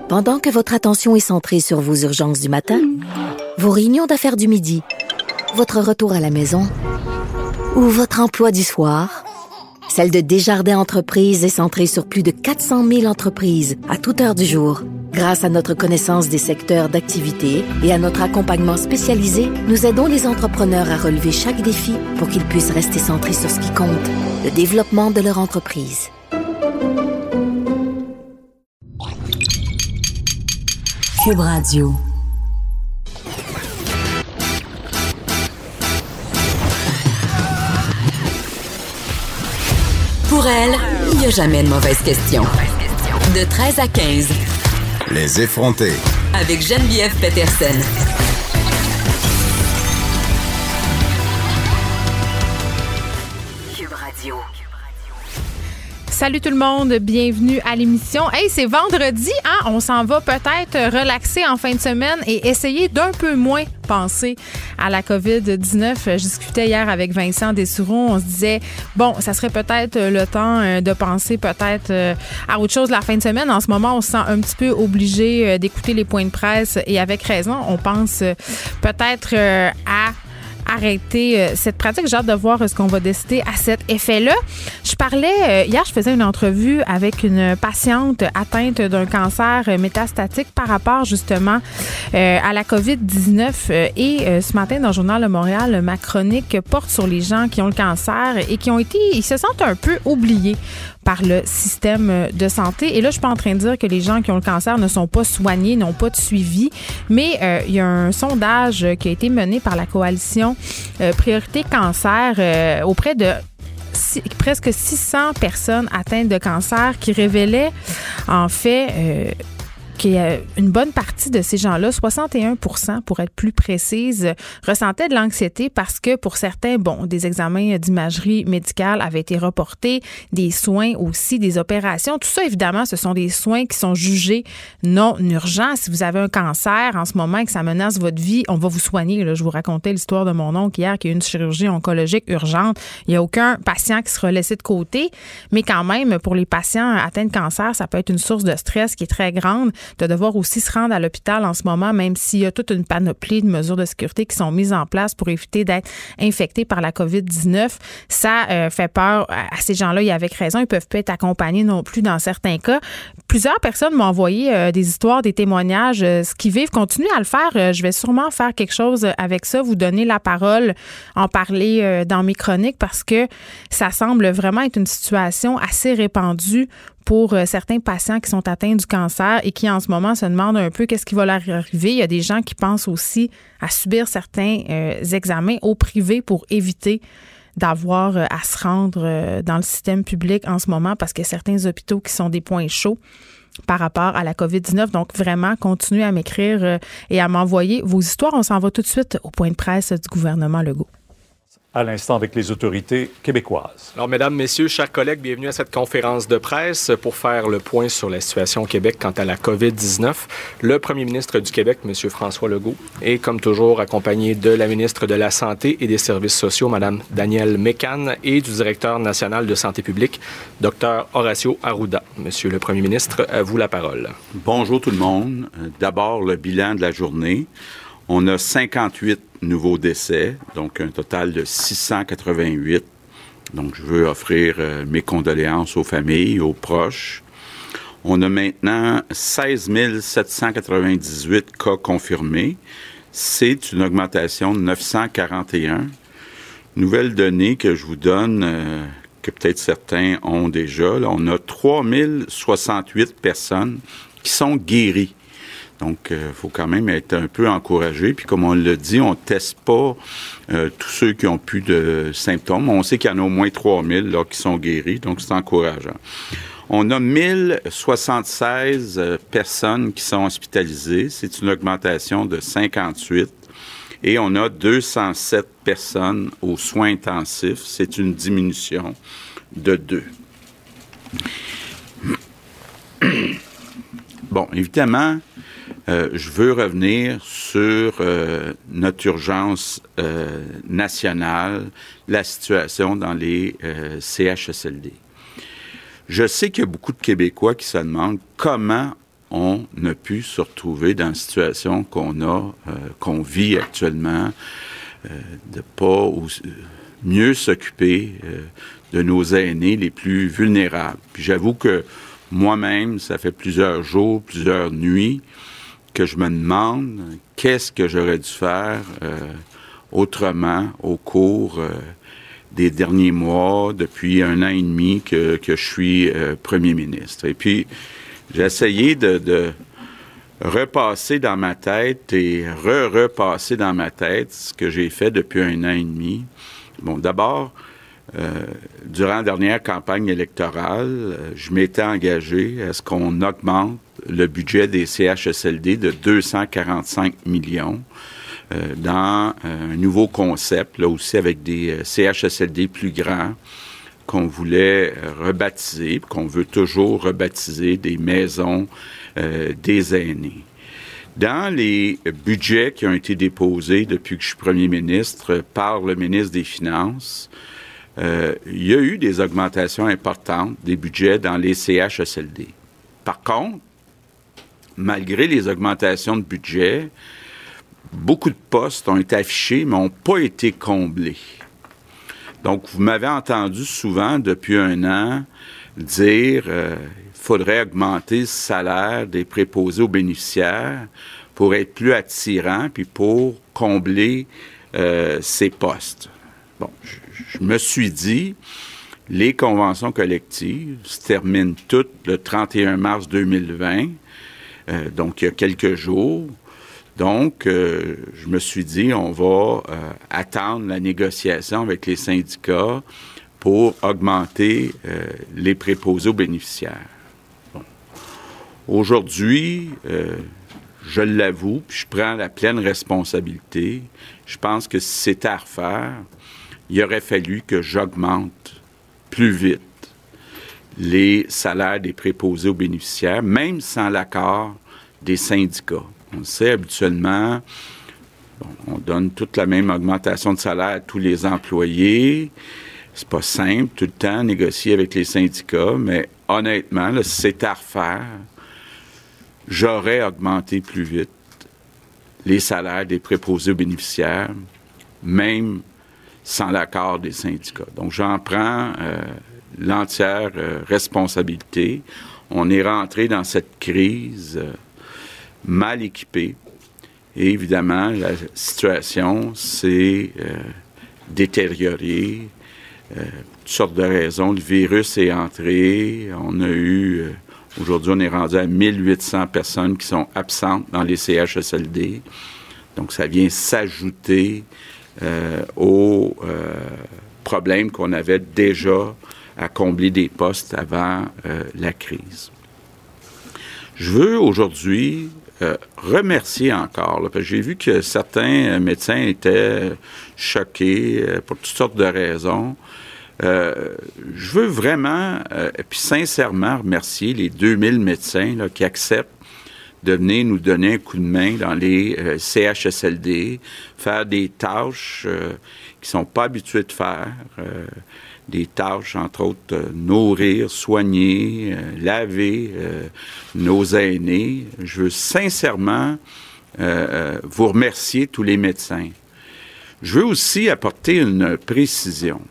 Pendant que votre attention est centrée sur vos urgences du matin, vos réunions d'affaires du midi, votre retour à la maison ou votre emploi du soir, celle de Desjardins Entreprises est centrée sur plus de 400 000 entreprises à toute heure du jour. Grâce à notre connaissance des secteurs d'activité et à notre accompagnement spécialisé, nous aidons les entrepreneurs à relever chaque défi pour qu'ils puissent rester centrés sur ce qui compte, le développement de leur entreprise. Cube Radio. Pour elle, il n'y a jamais de mauvaise question. De 13 à 15. Les effrontés. Avec Geneviève Peterson. Cube Radio. Salut tout le monde, bienvenue à l'émission. Hey, c'est vendredi, hein? On s'en va peut-être relaxer en fin de semaine et essayer d'un peu moins penser à la COVID-19. Je discutais hier avec Vincent Dessoureau. On se disait, bon, ça serait peut-être le temps de penser peut-être à autre chose la fin de semaine. En ce moment, on se sent un petit peu obligé d'écouter les points de presse et avec raison, on pense peut-être à arrêter cette pratique. J'ai hâte de voir ce qu'on va décider à cet effet-là. Je parlais, hier, je faisais une entrevue avec une patiente atteinte d'un cancer métastatique par rapport justement à la COVID-19 et ce matin dans le Journal de Montréal, ma chronique porte sur les gens qui ont le cancer et ils se sentent un peu oubliés par le système de santé. Et là, je suis pas en train de dire que les gens qui ont le cancer ne sont pas soignés, n'ont pas de suivi, mais il y a un sondage qui a été mené par la coalition Priorité Cancer auprès de presque 600 personnes atteintes de cancer qui révélait en fait une bonne partie de ces gens-là, 61% pour être plus précise, ressentaient de l'anxiété parce que pour certains, des examens d'imagerie médicale avaient été reportés, des soins aussi, des opérations. Tout ça, évidemment, ce sont des soins qui sont jugés non urgents. Si vous avez un cancer en ce moment et que ça menace votre vie, on va vous soigner. Là, je vous racontais l'histoire de mon oncle hier qui a eu une chirurgie oncologique urgente. Il n'y a aucun patient qui sera laissé de côté, mais quand même, pour les patients atteints de cancer, ça peut être une source de stress qui est très grande de devoir aussi se rendre à l'hôpital en ce moment, même s'il y a toute une panoplie de mesures de sécurité qui sont mises en place pour éviter d'être infectés par la COVID-19. Ça fait peur à ces gens-là. Et avec raison, ils ne peuvent pas être accompagnés non plus dans certains cas. Plusieurs personnes m'ont envoyé des histoires, des témoignages, ce qu'ils vivent. Continuez à le faire. Je vais sûrement faire quelque chose avec ça, vous donner la parole, en parler dans mes chroniques parce que ça semble vraiment être une situation assez répandue pour certains patients qui sont atteints du cancer et qui, en ce moment, se demandent un peu qu'est-ce qui va leur arriver. Il y a des gens qui pensent aussi à subir certains examens au privé pour éviter d'avoir à se rendre dans le système public en ce moment parce qu'il y a certains hôpitaux qui sont des points chauds par rapport à la COVID-19. Donc, vraiment, continuez à m'écrire et à m'envoyer vos histoires. On s'en va tout de suite au point de presse du gouvernement Legault. À l'instant avec les autorités québécoises. Alors, mesdames, messieurs, chers collègues, bienvenue à cette conférence de presse pour faire le point sur la situation au Québec quant à la COVID-19. Le premier ministre du Québec, M. François Legault, est comme toujours accompagné de la ministre de la Santé et des Services sociaux, Mme Danielle Mécan, et du directeur national de santé publique, Dr. Horacio Arruda. Monsieur le premier ministre, à vous la parole. Bonjour tout le monde. D'abord, le bilan de la journée. On a 58 nouveaux décès, donc un total de 688. Donc, je veux offrir mes condoléances aux familles, aux proches. On a maintenant 16 798 cas confirmés. C'est une augmentation de 941. Nouvelle donnée que je vous donne, que peut-être certains ont déjà. Là, on a 3068 personnes qui sont guéries. Donc, il faut quand même être un peu encouragé. Puis, comme on l'a dit, on ne teste pas tous ceux qui ont plus de symptômes. On sait qu'il y en a au moins 3000 là, qui sont guéris, donc c'est encourageant. On a 1076 personnes qui sont hospitalisées. C'est une augmentation de 58. Et on a 207 personnes aux soins intensifs. C'est une diminution de 2. Bon, évidemment, je veux revenir sur notre urgence nationale, la situation dans les CHSLD. Je sais qu'il y a beaucoup de Québécois qui se demandent comment on a pu se retrouver dans la situation qu'on vit actuellement, de pas mieux s'occuper de nos aînés les plus vulnérables. Puis j'avoue que moi-même, ça fait plusieurs jours, plusieurs nuits que je me demande qu'est-ce que j'aurais dû faire autrement au cours des derniers mois, depuis 1 an et demi que je suis premier ministre. Et puis, j'ai essayé de repasser dans ma tête et repasser dans ma tête ce que j'ai fait depuis 1 an et demi. Bon, d'abord, durant la dernière campagne électorale, je m'étais engagé à ce qu'on augmente le budget des CHSLD de 245 millions dans un nouveau concept, là aussi avec des CHSLD plus grands qu'on voulait rebaptiser, qu'on veut toujours rebaptiser des maisons des aînés. Dans les budgets qui ont été déposés depuis que je suis premier ministre par le ministre des Finances, il y a eu des augmentations importantes des budgets dans les CHSLD. Par contre, malgré les augmentations de budget, beaucoup de postes ont été affichés, mais n'ont pas été comblés. Donc, vous m'avez entendu souvent, depuis 1 an, dire qu'il faudrait augmenter le salaire des préposés aux bénéficiaires pour être plus attirant, puis pour combler ces postes. Bon, je me suis dit, les conventions collectives se terminent toutes le 31 mars 2020, donc il y a quelques jours. Donc, je me suis dit, on va attendre la négociation avec les syndicats pour augmenter les préposés aux bénéficiaires. Bon. Aujourd'hui, je l'avoue, puis je prends la pleine responsabilité. Je pense que si c'était à refaire, il aurait fallu que j'augmente plus vite les salaires des préposés aux bénéficiaires, même sans l'accord des syndicats. On le sait, habituellement, on donne toute la même augmentation de salaire à tous les employés. C'est pas simple tout le temps négocier avec les syndicats, mais honnêtement, là, si c'est à refaire, j'aurais augmenté plus vite les salaires des préposés aux bénéficiaires, même sans l'accord des syndicats. Donc, j'en prends l'entière responsabilité. On est rentré dans cette crise mal équipé. Et évidemment, la situation s'est détériorée. Toutes sortes de raisons. Le virus est entré. On a eu... aujourd'hui, on est rendu à 1800 personnes qui sont absentes dans les CHSLD. Donc, ça vient s'ajouter aux problèmes qu'on avait déjà à combler des postes avant la crise. Je veux aujourd'hui remercier encore, là, parce que j'ai vu que certains médecins étaient choqués pour toutes sortes de raisons. Je veux vraiment, et puis sincèrement, remercier les 2000 médecins là, qui acceptent de venir nous donner un coup de main dans les CHSLD, faire des tâches qu'ils ne sont pas habitués de faire, des tâches, entre autres, nourrir, soigner, laver nos aînés. Je veux sincèrement vous remercier, tous les médecins. Je veux aussi apporter une précision.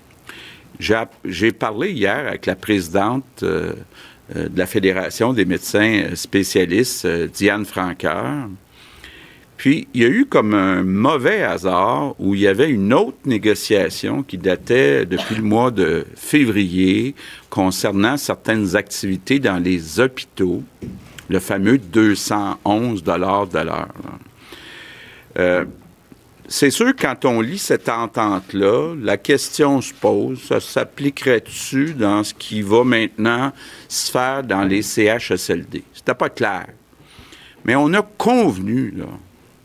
J'ai parlé hier avec la présidente de la Fédération des médecins spécialistes, Diane Franqueur. Puis, il y a eu comme un mauvais hasard où il y avait une autre négociation qui datait depuis le mois de février concernant certaines activités dans les hôpitaux, le fameux 211 $ de l'heure. C'est sûr, quand on lit cette entente-là, la question se pose, ça s'appliquerait-tu dans ce qui va maintenant se faire dans les CHSLD? C'était pas clair. Mais on a convenu, là,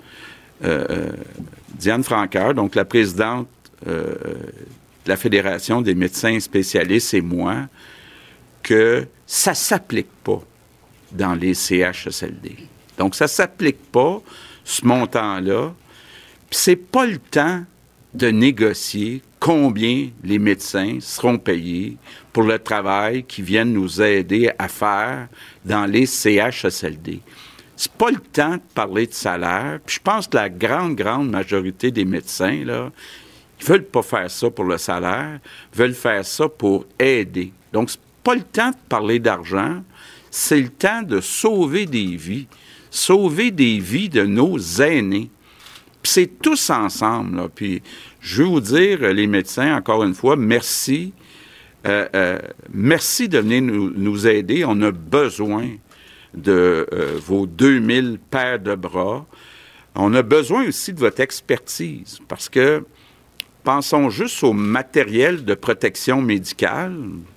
Diane Franqueur, donc la présidente de la Fédération des médecins spécialistes et moi, que ça ne s'applique pas dans les CHSLD. Donc, ça ne s'applique pas, ce montant-là. Puis c'est pas le temps de négocier combien les médecins seront payés pour le travail qu'ils viennent nous aider à faire dans les CHSLD. C'est pas le temps de parler de salaire. Puis je pense que la grande majorité des médecins, là, ils veulent pas faire ça pour le salaire, ils veulent faire ça pour aider. Donc, c'est pas le temps de parler d'argent, c'est le temps de sauver des vies de nos aînés. Puis c'est tous ensemble, là. Puis je veux vous dire, les médecins, encore une fois, merci. Merci de venir nous aider. On a besoin de vos 2000 paires de bras. On a besoin aussi de votre expertise parce que pensons juste au matériel de protection médicale.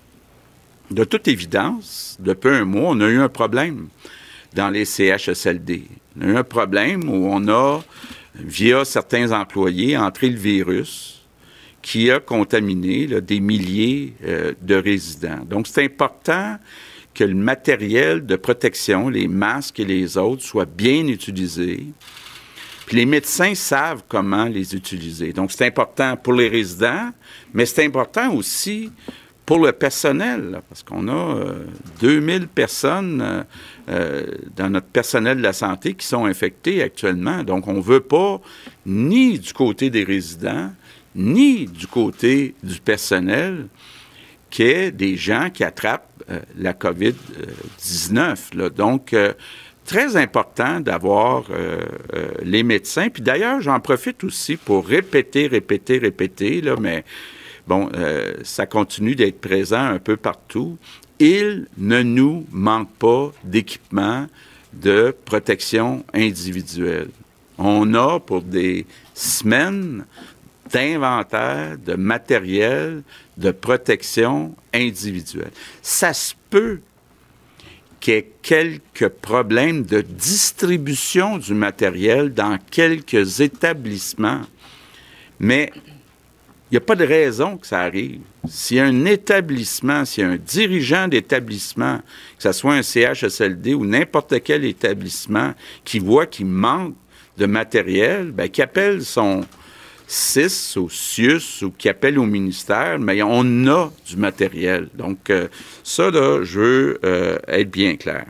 De toute évidence, depuis un mois, on a eu un problème dans les CHSLD. On a eu un problème où on a, via certains employés, entré le virus qui a contaminé là, des milliers de résidents. Donc, c'est important que le matériel de protection, les masques et les autres, soient bien utilisés. Puis les médecins savent comment les utiliser. Donc, c'est important pour les résidents, mais c'est important aussi pour le personnel, là, parce qu'on a 2000 personnes dans notre personnel de la santé qui sont infectées actuellement. Donc, on ne veut pas, ni du côté des résidents, ni du côté du personnel, qu'il y ait des gens qui attrapent la COVID-19. Là. Donc, très important d'avoir les médecins. Puis d'ailleurs, j'en profite aussi pour répéter, là, mais bon, ça continue d'être présent un peu partout. Il ne nous manque pas d'équipement de protection individuelle. On a pour des semaines d'inventaire, de matériel, de protection individuelle. Ça se peut qu'il y ait quelques problèmes de distribution du matériel dans quelques établissements, mais il n'y a pas de raison que ça arrive. S'il y a un établissement, s'il y a un dirigeant d'établissement, que ce soit un CHSLD ou n'importe quel établissement, qui voit qu'il manque de matériel, bien, qu'il appelle son CIS ou CIUS ou qui appelle au ministère, mais on a du matériel. Donc, ça, là, je veux être bien clair.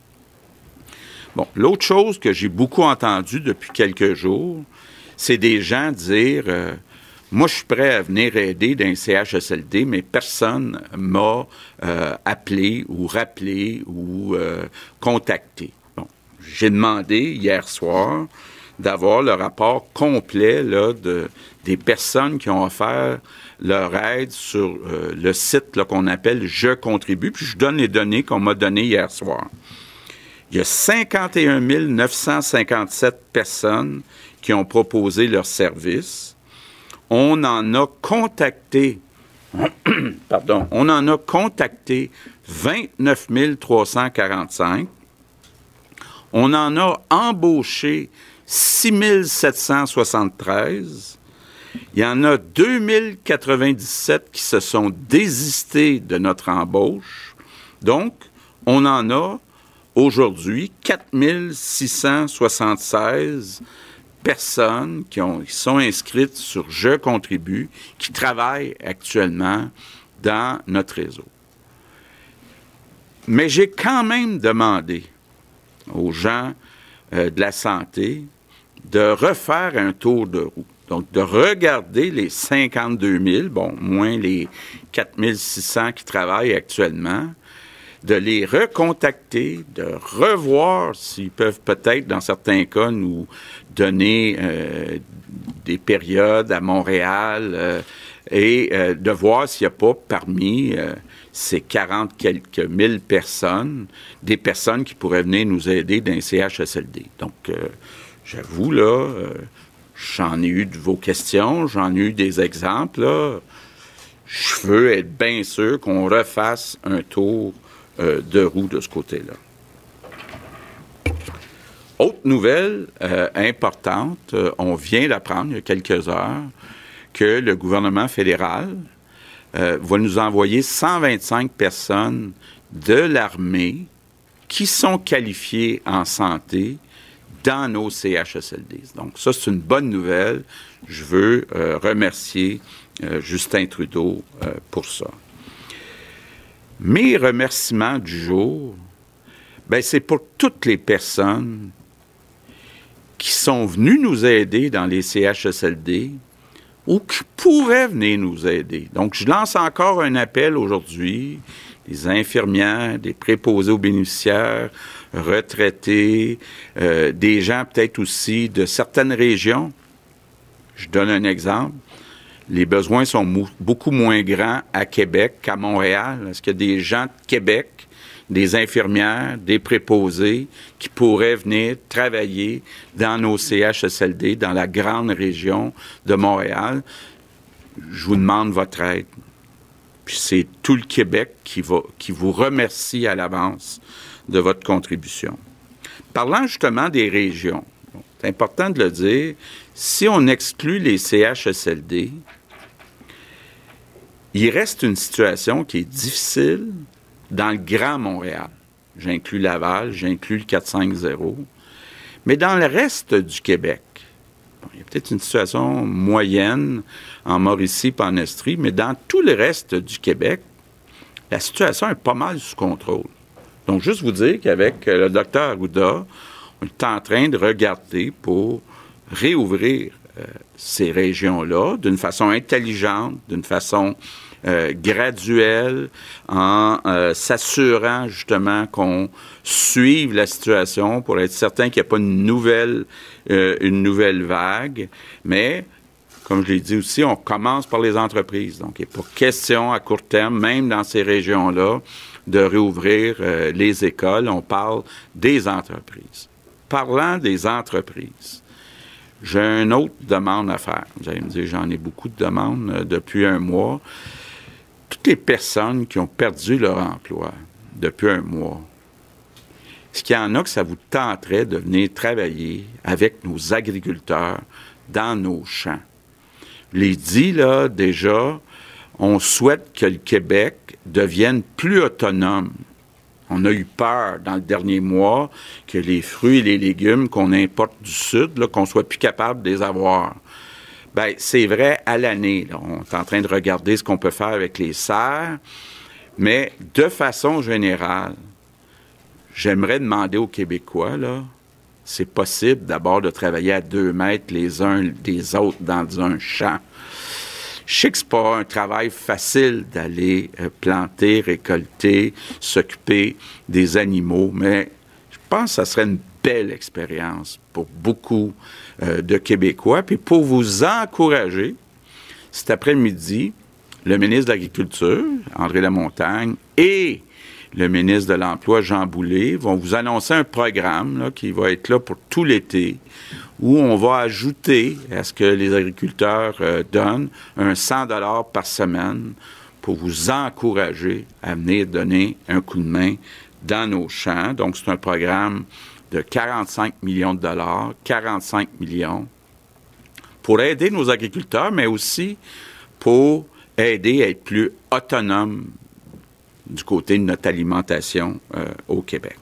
Bon, l'autre chose que j'ai beaucoup entendu depuis quelques jours, c'est des gens dire moi, je suis prêt à venir aider dans un CHSLD, mais personne m'a appelé ou rappelé ou contacté. Bon, j'ai demandé hier soir d'avoir le rapport complet là, des personnes qui ont offert leur aide sur le site là, qu'on appelle « Je contribue », puis je donne les données qu'on m'a données hier soir. Il y a 51 957 personnes qui ont proposé leurs services. On en a contacté, on en a contacté 29 345. On en a embauché 6 773. Il y en a 2 097 qui se sont désistés de notre embauche. Donc, on en a aujourd'hui 4 676 personnes qui sont inscrites sur « Je contribue », qui travaillent actuellement dans notre réseau. Mais j'ai quand même demandé aux gens de la santé de refaire un tour de roue. Donc, de regarder les 52 000, bon, moins les 4 600 qui travaillent actuellement, de les recontacter, de revoir s'ils peuvent peut-être, dans certains cas, nous donner des périodes à Montréal et de voir s'il n'y a pas parmi ces 40 quelques mille personnes, des personnes qui pourraient venir nous aider dans les CHSLD. Donc, j'avoue, là, j'en ai eu de vos questions, j'en ai eu des exemples, là. Je veux être bien sûr qu'on refasse un tour de roue de ce côté-là. Autre nouvelle importante, on vient d'apprendre il y a quelques heures que le gouvernement fédéral va nous envoyer 125 personnes de l'armée qui sont qualifiées en santé dans nos CHSLD. Donc, ça, c'est une bonne nouvelle. Je veux remercier Justin Trudeau pour ça. Mes remerciements du jour, c'est pour toutes les personnes qui sont venues nous aider dans les CHSLD ou qui pourraient venir nous aider. Donc, je lance encore un appel aujourd'hui, des infirmières, des préposés aux bénéficiaires, retraités, des gens peut-être aussi de certaines régions. Je donne un exemple. Les besoins sont beaucoup moins grands à Québec qu'à Montréal. Est-ce qu'il y a des gens de Québec, des infirmières, des préposés qui pourraient venir travailler dans nos CHSLD, dans la grande région de Montréal? Je vous demande votre aide. Puis c'est tout le Québec qui vous remercie à l'avance de votre contribution. Parlant justement des régions, c'est important de le dire, si on exclut les CHSLD, il reste une situation qui est difficile dans le Grand Montréal. J'inclus Laval, j'inclus le 450. Mais dans le reste du Québec, il y a peut-être une situation moyenne en Mauricie et en Estrie, mais dans tout le reste du Québec, la situation est pas mal sous contrôle. Donc, juste vous dire qu'avec le docteur Arruda, on est en train de regarder pour réouvrir ces régions-là d'une façon intelligente, d'une façon graduelle, en s'assurant justement qu'on suive la situation pour être certain qu'il n'y a pas une nouvelle vague. Mais, comme je l'ai dit aussi, on commence par les entreprises. Donc, il n'est pas question à court terme, même dans ces régions-là, de réouvrir les écoles. On parle des entreprises. Parlant des entreprises, j'ai une autre demande à faire. Vous allez me dire, j'en ai beaucoup de demandes depuis un mois. Toutes les personnes qui ont perdu leur emploi depuis un mois, est-ce qu'il y en a que ça vous tenterait de venir travailler avec nos agriculteurs dans nos champs? Je l'ai dit, là, déjà, on souhaite que le Québec devienne plus autonome. On a eu peur dans le dernier mois que les fruits et les légumes qu'on importe du Sud, là, qu'on soit plus capable de les avoir. Bien, c'est vrai à l'année. Là. On est en train de regarder ce qu'on peut faire avec les serres. Mais de façon générale, j'aimerais demander aux Québécois, là, c'est possible d'abord de travailler à 2 mètres les uns des autres dans un champ. Je sais que c'est pas un travail facile d'aller planter, récolter, s'occuper des animaux, mais je pense que ça serait une belle expérience pour beaucoup de Québécois. Puis pour vous encourager, cet après-midi, le ministre de l'Agriculture, André Lamontagne, et le ministre de l'Emploi, Jean Boulet, vont vous annoncer un programme là, qui va être là pour tout l'été, où on va ajouter à ce que les agriculteurs donnent un 100 $ par semaine pour vous encourager à venir donner un coup de main dans nos champs. Donc, c'est un programme de 45 millions de dollars, 45 millions, pour aider nos agriculteurs, mais aussi pour aider à être plus autonomes du côté de notre alimentation au Québec.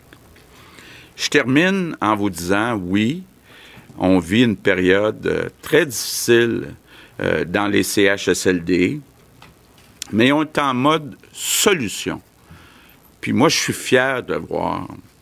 Je termine en vous disant, oui, on vit une période très difficile dans les CHSLD, mais on est en mode solution. Puis moi, je suis fier de voir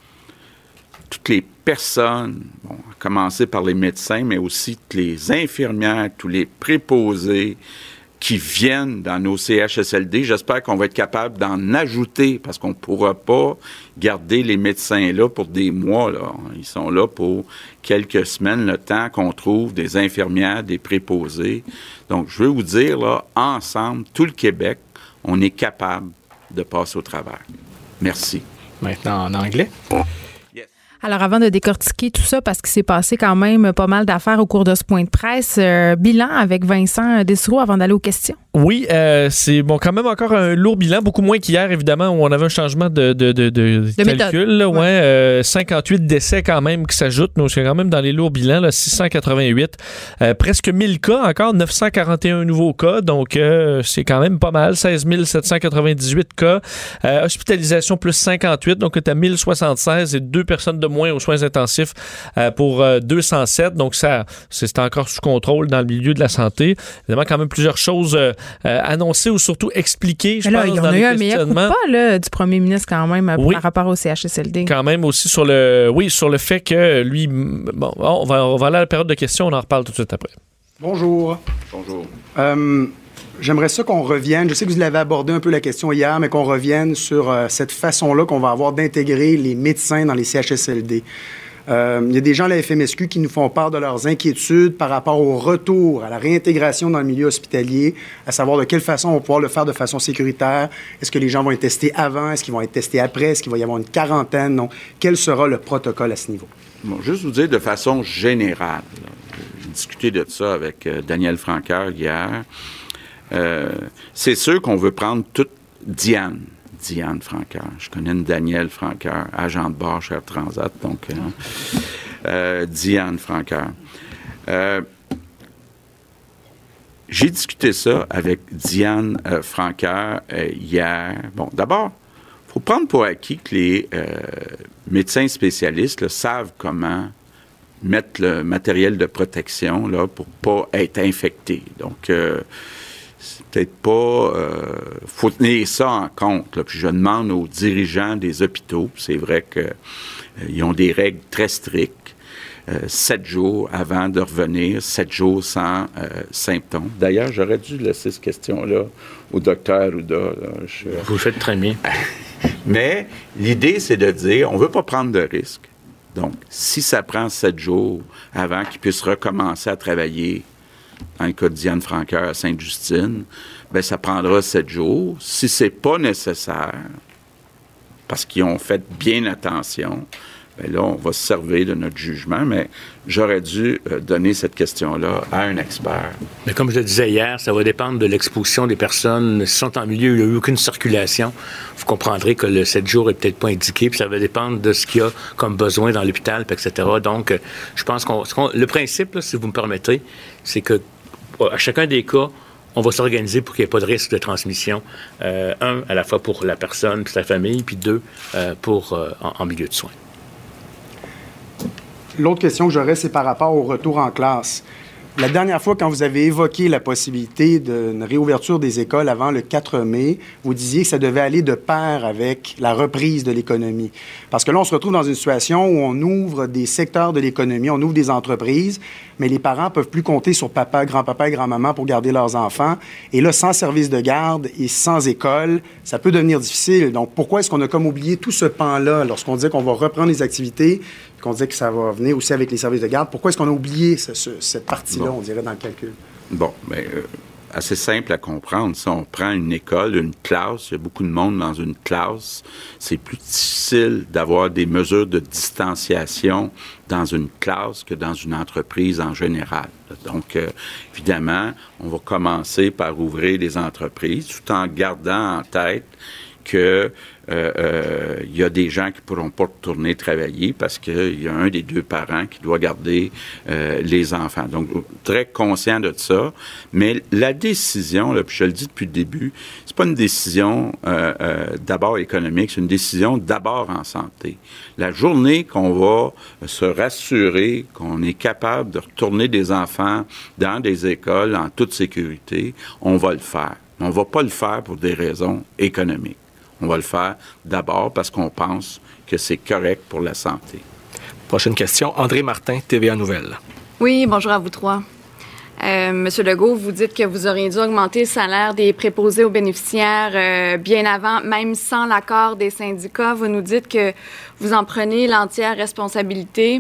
toutes les personnes, bon, à commencer par les médecins, mais aussi toutes les infirmières, tous les préposés qui viennent dans nos CHSLD. J'espère qu'on va être capable d'en ajouter parce qu'on ne pourra pas garder les médecins là pour des mois. Là. Ils sont là pour quelques semaines, le temps qu'on trouve des infirmières, des préposés. Donc, je veux vous dire, là, ensemble, tout le Québec, on est capable de passer au travers. Merci. Maintenant en anglais. Alors, avant de décortiquer tout ça, parce qu'il s'est passé quand même pas mal d'affaires au cours de ce point de presse, bilan avec Vincent Dessureau avant d'aller aux questions. Oui, c'est quand même encore un lourd bilan, beaucoup moins qu'hier, évidemment, où on avait un changement de calcul. Là, ouais. 58 décès quand même qui s'ajoutent. Nous, c'est quand même dans les lourds bilans, là, 688. Presque 1000 cas encore, 941 nouveaux cas. Donc, c'est quand même pas mal. 16 798 cas. Hospitalisation plus 58, donc on est à 1076 et 2 personnes de moins aux soins intensifs pour 207. Donc, c'est encore sous contrôle dans le milieu de la santé. Évidemment, quand même plusieurs choses annoncées ou surtout expliquées, je pense, il y en dans a les eu un meilleur coup de questionnements. pas là, du premier ministre quand même par rapport au CHSLD. Quand même aussi sur le fait que lui... Bon, on va aller à la période de questions, on en reparle tout de suite après. Bonjour. Bonjour. J'aimerais ça qu'on revienne, je sais que vous l'avez abordé un peu la question hier, mais qu'on revienne sur cette façon-là qu'on va avoir d'intégrer les médecins dans les CHSLD. Il y a des gens à la FMSQ qui nous font part de leurs inquiétudes par rapport au retour, à la réintégration dans le milieu hospitalier, à savoir de quelle façon on va pouvoir le faire de façon sécuritaire. Est-ce que les gens vont être testés avant? Est-ce qu'ils vont être testés après? Est-ce qu'il va y avoir une quarantaine? Donc, quel sera le protocole à ce niveau? Bon, juste vous dire de façon générale, j'ai discuté de ça avec Daniel Francoeur hier. C'est sûr qu'on veut prendre toute Diane Francoeur. Je connais une Danielle Francoeur, agent de bord chez Air Transat, donc Diane Francoeur. J'ai discuté ça avec Diane Francoeur hier. Bon, d'abord, il faut prendre pour acquis que les médecins spécialistes là, savent comment mettre le matériel de protection là, pour ne pas être infecté. Donc, c'est peut-être pas... faut tenir ça en compte. Là. Puis je demande aux dirigeants des hôpitaux, c'est vrai qu'ils ont des règles très strictes, 7 jours avant de revenir, 7 jours sans symptômes. D'ailleurs, j'aurais dû laisser cette question-là au docteur Arruda. Vous le faites très bien. Mais l'idée, c'est de dire, on ne veut pas prendre de risques. Donc, si ça prend 7 jours avant qu'ils puissent recommencer à travailler, dans le cas de Diane Francoeur à Sainte-Justine, bien, ça prendra 7 jours. Si c'est pas nécessaire, parce qu'ils ont fait bien attention, bien là, on va se servir de notre jugement, mais j'aurais dû donner cette question-là à un expert. Mais comme je le disais hier, ça va dépendre de l'exposition des personnes. Si sont en milieu où il n'y a eu aucune circulation, vous comprendrez que le 7 jours n'est peut-être pas indiqué, puis ça va dépendre de ce qu'il y a comme besoin dans l'hôpital, etc. Donc, je pense le principe, là, si vous me permettez, c'est que à chacun des cas, on va s'organiser pour qu'il n'y ait pas de risque de transmission. Un, à la fois pour la personne puis sa famille, puis 2, en milieu de soins. L'autre question que j'aurais, c'est par rapport au retour en classe. La dernière fois, quand vous avez évoqué la possibilité d'une réouverture des écoles avant le 4 mai, vous disiez que ça devait aller de pair avec la reprise de l'économie. Parce que là, on se retrouve dans une situation où on ouvre des secteurs de l'économie, on ouvre des entreprises, mais les parents ne peuvent plus compter sur papa, grand-papa et grand-maman pour garder leurs enfants. Et là, sans service de garde et sans école, ça peut devenir difficile. Donc, pourquoi est-ce qu'on a comme oublié tout ce pan-là lorsqu'on disait qu'on va reprendre les activités, qu'on disait que ça va venir aussi avec les services de garde? Pourquoi est-ce qu'on a oublié cette partie-là, on dirait, dans le calcul? Bon, bien, assez simple à comprendre. Si on prend une école, une classe, il y a beaucoup de monde dans une classe, c'est plus difficile d'avoir des mesures de distanciation dans une classe que dans une entreprise en général. Donc, évidemment, on va commencer par ouvrir les entreprises tout en gardant en tête que il y a des gens qui ne pourront pas retourner travailler parce qu'il y a un des 2 parents qui doit garder les enfants. Donc, très conscient de ça. Mais la décision, là, puis je le dis depuis le début, c'est pas une décision d'abord économique, c'est une décision d'abord en santé. La journée qu'on va se rassurer qu'on est capable de retourner des enfants dans des écoles en toute sécurité, on va le faire. Mais on ne va pas le faire pour des raisons économiques. On va le faire d'abord parce qu'on pense que c'est correct pour la santé. Prochaine question, André Martin, TVA Nouvelles. Oui, bonjour à vous 3. Monsieur Legault, vous dites que vous auriez dû augmenter le salaire des préposés aux bénéficiaires bien avant, même sans l'accord des syndicats. Vous nous dites que vous en prenez l'entière responsabilité,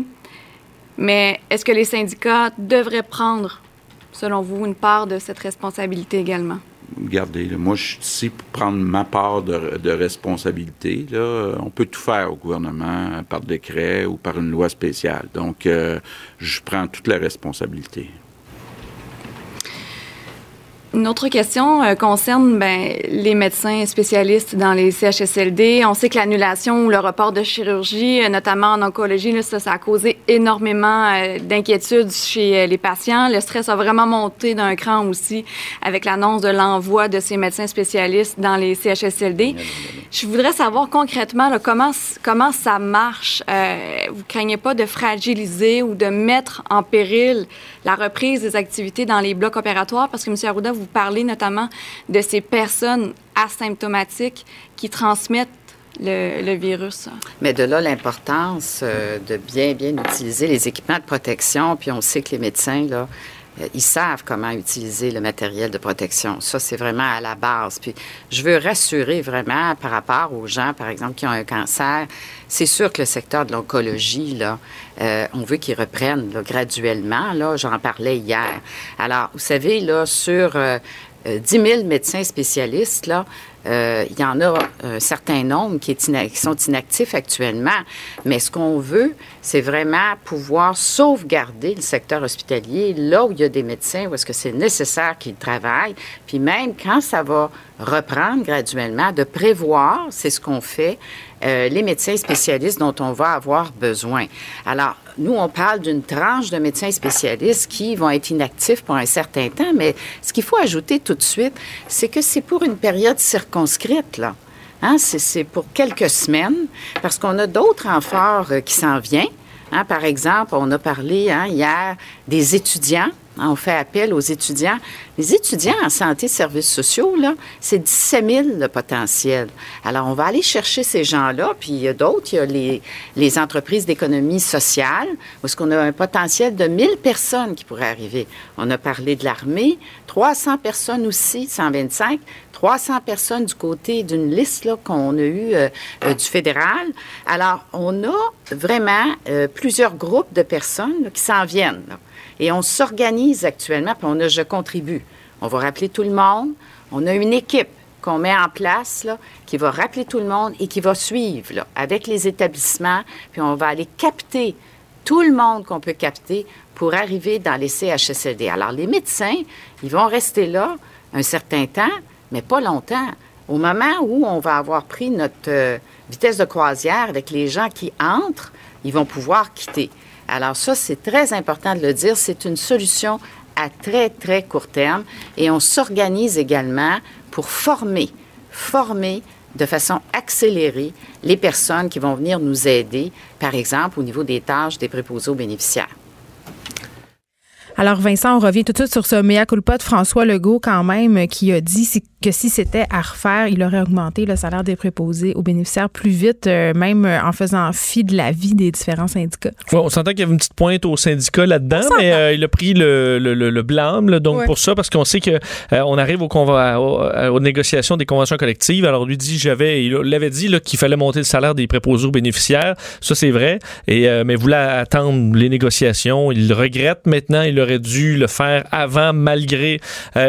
mais est-ce que les syndicats devraient prendre, selon vous, une part de cette responsabilité également? Regardez, là, moi, je suis ici pour prendre ma part de responsabilité. Là. On peut tout faire au gouvernement par décret ou par une loi spéciale. Donc, je prends toute la responsabilité. Une autre question concerne les médecins spécialistes dans les CHSLD. On sait que l'annulation ou le report de chirurgie, notamment en oncologie, là, ça a causé énormément d'inquiétudes chez les patients. Le stress a vraiment monté d'un cran aussi avec l'annonce de l'envoi de ces médecins spécialistes dans les CHSLD. Je voudrais savoir concrètement là, comment ça marche. Vous craignez pas de fragiliser ou de mettre en péril la reprise des activités dans les blocs opératoires? Parce que, M. Arruda, vous parlez notamment de ces personnes asymptomatiques qui transmettent le virus. Mais de là, l'importance de bien utiliser les équipements de protection. Puis on sait que les médecins, là, ils savent comment utiliser le matériel de protection. Ça, c'est vraiment à la base. Puis je veux rassurer vraiment par rapport aux gens, par exemple, qui ont un cancer. C'est sûr que le secteur de l'oncologie, là, on veut qu'ils reprennent là, graduellement. Là, j'en parlais hier. Alors, vous savez, là, sur 10 000 médecins spécialistes, là, il y en a un certain nombre qui sont inactifs actuellement, mais ce qu'on veut, c'est vraiment pouvoir sauvegarder le secteur hospitalier là où il y a des médecins, où est-ce que c'est nécessaire qu'ils travaillent, puis même quand ça va reprendre graduellement, de prévoir, c'est ce qu'on fait, les médecins spécialistes dont on va avoir besoin. Alors, nous, on parle d'une tranche de médecins spécialistes qui vont être inactifs pour un certain temps, mais ce qu'il faut ajouter tout de suite, c'est que c'est pour une période circonscrite, là. Hein? C'est pour quelques semaines, parce qu'on a d'autres renforts qui s'en viennent. Hein? Par exemple, on a parlé hier des étudiants. On fait appel aux étudiants. Les étudiants en santé et services sociaux, là, c'est 17 000 le potentiel. Alors, on va aller chercher ces gens-là, puis il y a d'autres. Il y a les entreprises d'économie sociale, où est-ce qu'on a un potentiel de 1000 personnes qui pourraient arriver. On a parlé de l'armée, 300 personnes aussi, 125, 300 personnes du côté d'une liste là, qu'on a eue du fédéral. Alors, on a vraiment plusieurs groupes de personnes là, qui s'en viennent, là. Et on s'organise actuellement, puis je contribue. On va rappeler tout le monde. On a une équipe qu'on met en place, là, qui va rappeler tout le monde et qui va suivre, là, avec les établissements. Puis on va aller capter tout le monde qu'on peut capter pour arriver dans les CHSLD. Alors, les médecins, ils vont rester là un certain temps, mais pas longtemps. Au moment où on va avoir pris notre vitesse de croisière avec les gens qui entrent, ils vont pouvoir quitter. Alors ça, c'est très important de le dire. C'est une solution à très, très court terme. Et on s'organise également pour former de façon accélérée les personnes qui vont venir nous aider, par exemple, au niveau des tâches des préposés aux bénéficiaires. Alors, Vincent, on revient tout de suite sur ce mea culpa de François Legault, quand même, qui a dit que si c'était à refaire, il aurait augmenté le salaire des préposés aux bénéficiaires plus vite, même en faisant fi de la vie des différents syndicats. Ouais, on s'entend qu'il y avait une petite pointe aux syndicats là-dedans, mais il a pris le blâme, là, donc pour ça, parce qu'on sait que on arrive aux négociations des conventions collectives. Alors, lui dit, il l'avait dit là, qu'il fallait monter le salaire des préposés aux bénéficiaires. Ça, c'est vrai. Mais voulait attendre les négociations. Il le regrette maintenant. Il aurait dû le faire avant, malgré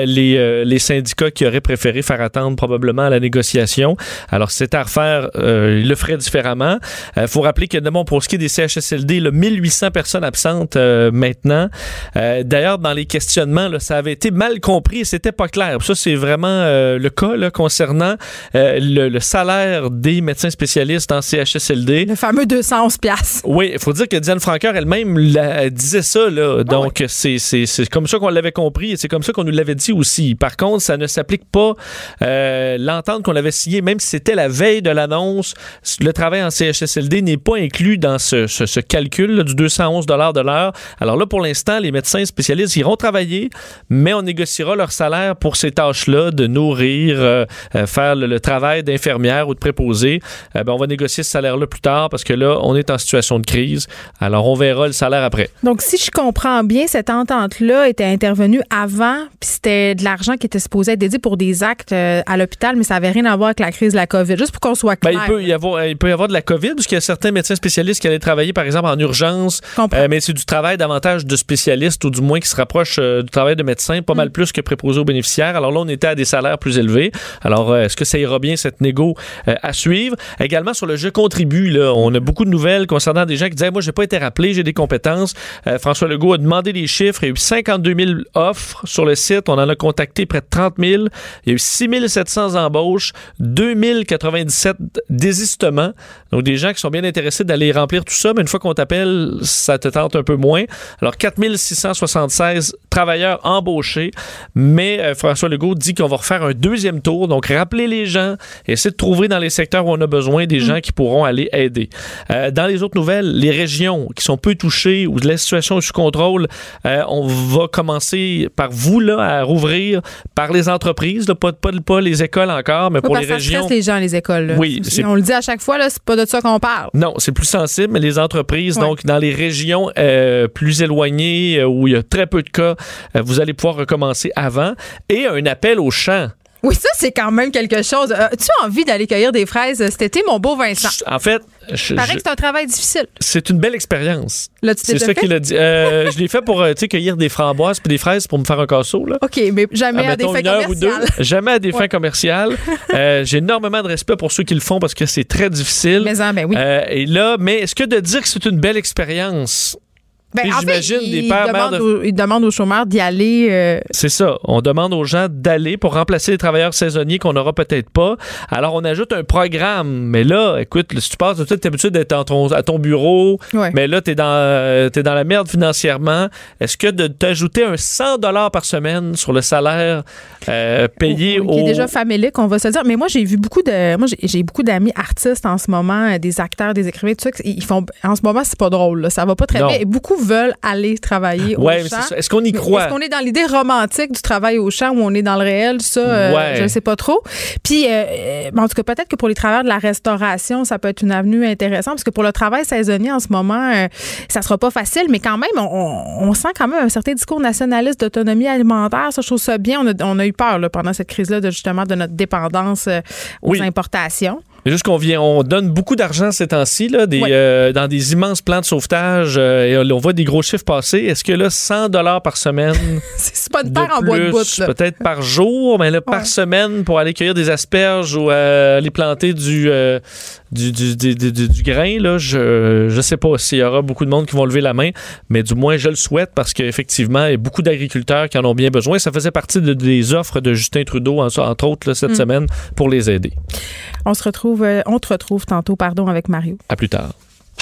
les syndicats qui auraient préféré faire attendre probablement la négociation. Alors, si c'était à refaire, il le ferait différemment. Il faut rappeler que, pour ce qui est des CHSLD, 1800 personnes absentes maintenant. D'ailleurs, dans les questionnements, là, ça avait été mal compris et c'était pas clair. Ça, c'est vraiment le cas là, concernant le salaire des médecins spécialistes en CHSLD. Le fameux 211 $. Oui, il faut dire que Diane Francoeur elle-même disait ça. Là. Donc, c'est comme ça qu'on l'avait compris et c'est comme ça qu'on nous l'avait dit aussi. Par contre, ça ne s'applique pas l'entente qu'on avait signée, même si c'était la veille de l'annonce. Le travail en CHSLD n'est pas inclus dans ce calcul là, du 211 $ de l'heure. Alors là, pour l'instant, les médecins spécialistes iront travailler, mais on négociera leur salaire pour ces tâches-là, de nourrir, faire le travail d'infirmière ou de préposé. On va négocier ce salaire-là plus tard parce que là, on est en situation de crise. Alors, on verra le salaire après. Donc, si je comprends bien, cette entente-là était intervenue avant, puis c'était de l'argent qui était supposé être dédié pour des actes à l'hôpital, mais ça n'avait rien à voir avec la crise de la COVID. Juste pour qu'on soit clair. Il peut y avoir de la COVID, parce qu'il y a certains médecins spécialistes qui allaient travailler, par exemple, en urgence. Mais c'est du travail davantage de spécialistes, ou du moins qui se rapproche du travail de médecin, pas mal plus que préposé aux bénéficiaires. Alors là, on était à des salaires plus élevés. Alors, est-ce que ça ira bien, cette négo à suivre? Également, sur le Je contribue, là, on a beaucoup de nouvelles concernant des gens qui disaient, moi, j'ai pas été rappelé, j'ai des compétences. François Legault a demandé des chiffres. chiffres. Il y a eu 52 000 offres sur le site. On en a contacté près de 30 000. Il y a eu 6 700 embauches, 2 097 désistements. Donc, des gens qui sont bien intéressés d'aller remplir tout ça, mais une fois qu'on t'appelle, ça te tente un peu moins. Alors, 4 676 travailleurs embauchés, mais François Legault dit qu'on va refaire un deuxième tour. Donc, rappeler les gens, essayer de trouver dans les secteurs où on a besoin des gens qui pourront aller aider. Dans les autres nouvelles, les régions qui sont peu touchées où la situation est sous contrôle, on va commencer par vous là, à rouvrir, par les entreprises, là, pas les écoles encore, mais pour les régions. Ça stresse les gens, les écoles. Là. Oui. On le dit à chaque fois, là, c'est pas de ça qu'on parle. Non, c'est plus sensible, mais les entreprises, donc dans les régions plus éloignées où il y a très peu de cas, vous allez pouvoir recommencer avant. Et un appel aux champs. Oui, ça, c'est quand même quelque chose. As-tu envie d'aller cueillir des fraises cet été, mon beau Vincent? En fait, paraît que c'est un travail difficile. C'est une belle expérience. C'est ça qu'il a dit. Je l'ai fait pour cueillir des framboises puis des fraises pour me faire un casseau. Là. OK, mais jamais à des fins commerciales. Jamais à des fins commerciales. J'ai énormément de respect pour ceux qui le font parce que c'est très difficile. Mais oui. Et là, mais est-ce que de dire que c'est une belle expérience... j'imagine des pères ils demandent aux chômeurs d'y aller. C'est ça. On demande aux gens d'aller pour remplacer les travailleurs saisonniers qu'on n'aura peut-être pas. Alors, on ajoute un programme. Mais là, écoute, si tu passes, tu es habitué d'être à ton bureau, mais là, t'es dans la merde financièrement. Est-ce que de t'ajouter un 100 $ par semaine sur le salaire payé qui est déjà famélique, on va se dire. Mais moi, j'ai beaucoup d'amis artistes en ce moment, des acteurs, des écrivains, tout ça. Ils font, en ce moment, c'est pas drôle. Là. Ça va pas très bien. Et beaucoup veulent aller travailler au champ. Mais c'est ça. Est-ce qu'on y croit? Est-ce qu'on est dans l'idée romantique du travail au champ ou on est dans le réel? Ça, je ne sais pas trop. Puis, en tout cas, peut-être que pour les travailleurs de la restauration, ça peut être une avenue intéressante parce que pour le travail saisonnier en ce moment, ça sera pas facile, mais quand même, on sent quand même un certain discours nationaliste d'autonomie alimentaire. Ça, je trouve ça bien. On a eu peur là, pendant cette crise-là justement de notre dépendance aux importations. C'est juste on donne beaucoup d'argent ces temps-ci là, dans des immenses plans de sauvetage et on voit des gros chiffres passer. Est-ce que là, 100 $ par semaine, c'est pas une paire en bois de bout, là. Peut-être par jour, mais là, par semaine pour aller cueillir des asperges ou aller planter du grain, là, je sais pas s'il y aura beaucoup de monde qui vont lever la main, mais du moins, je le souhaite parce qu'effectivement, il y a beaucoup d'agriculteurs qui en ont bien besoin. Ça faisait partie des offres de Justin Trudeau, entre autres, là, cette semaine, pour les aider. On te retrouve tantôt, avec Mario. À plus tard.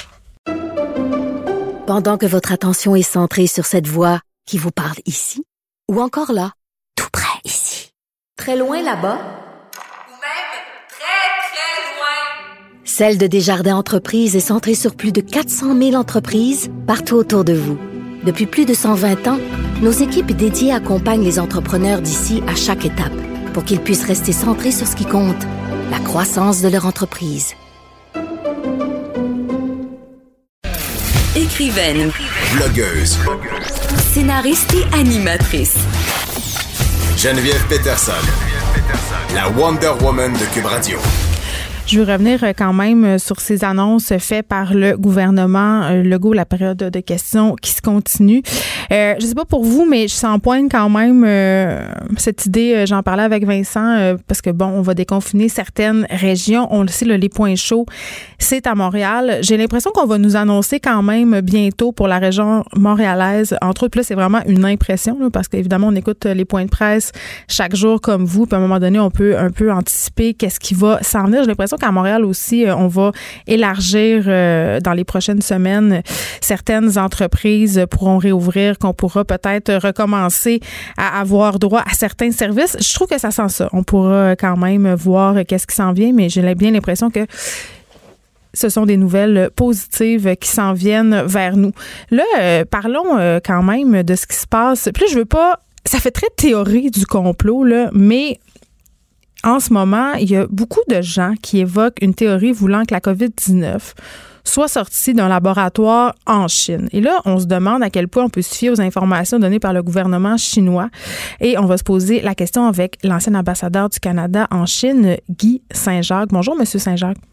Pendant que votre attention est centrée sur cette voix qui vous parle ici, ou encore là, tout près ici, très loin là-bas, ou même très, très loin, Celle de Desjardins Entreprises est centrée sur plus de 400 000 entreprises partout autour de vous. Depuis plus de 120 ans, nos équipes dédiées accompagnent les entrepreneurs d'ici à chaque étape pour qu'ils puissent rester centrés sur ce qui compte, la croissance de leur entreprise. Écrivaine, blogueuse, scénariste et animatrice. Geneviève Peterson, la Wonder Woman de Cube Radio. Je veux revenir quand même sur ces annonces faites par le gouvernement Legault, la période de questions qui se continue. Je sais pas pour vous, mais je s'en pointe quand même cette idée, j'en parlais avec Vincent, parce que bon, on va déconfiner certaines régions. On le sait, les points chauds, c'est à Montréal. J'ai l'impression qu'on va nous annoncer quand même bientôt pour la région montréalaise. Entre autres, là, c'est vraiment une impression, là, parce qu'évidemment, on écoute les points de presse chaque jour comme vous, puis à un moment donné, on peut un peu anticiper qu'est-ce qui va s'en venir. J'ai l'impression qu'à Montréal aussi, on va élargir dans les prochaines semaines. Certaines entreprises pourront réouvrir, qu'on pourra peut-être recommencer à avoir droit à certains services. Je trouve que ça sent ça. On pourra quand même voir qu'est-ce qui s'en vient, mais j'ai bien l'impression que ce sont des nouvelles positives qui s'en viennent vers nous. Là, parlons quand même de ce qui se passe. Puis là, je veux pas... Ça fait très théorie du complot, là, mais en ce moment, il y a beaucoup de gens qui évoquent une théorie voulant que la COVID-19 soit sortie d'un laboratoire en Chine. Et là, on se demande à quel point on peut se fier aux informations données par le gouvernement chinois. Et on va se poser la question avec l'ancien ambassadeur du Canada en Chine, Guy Saint-Jacques. Bonjour, Monsieur Saint-Jacques.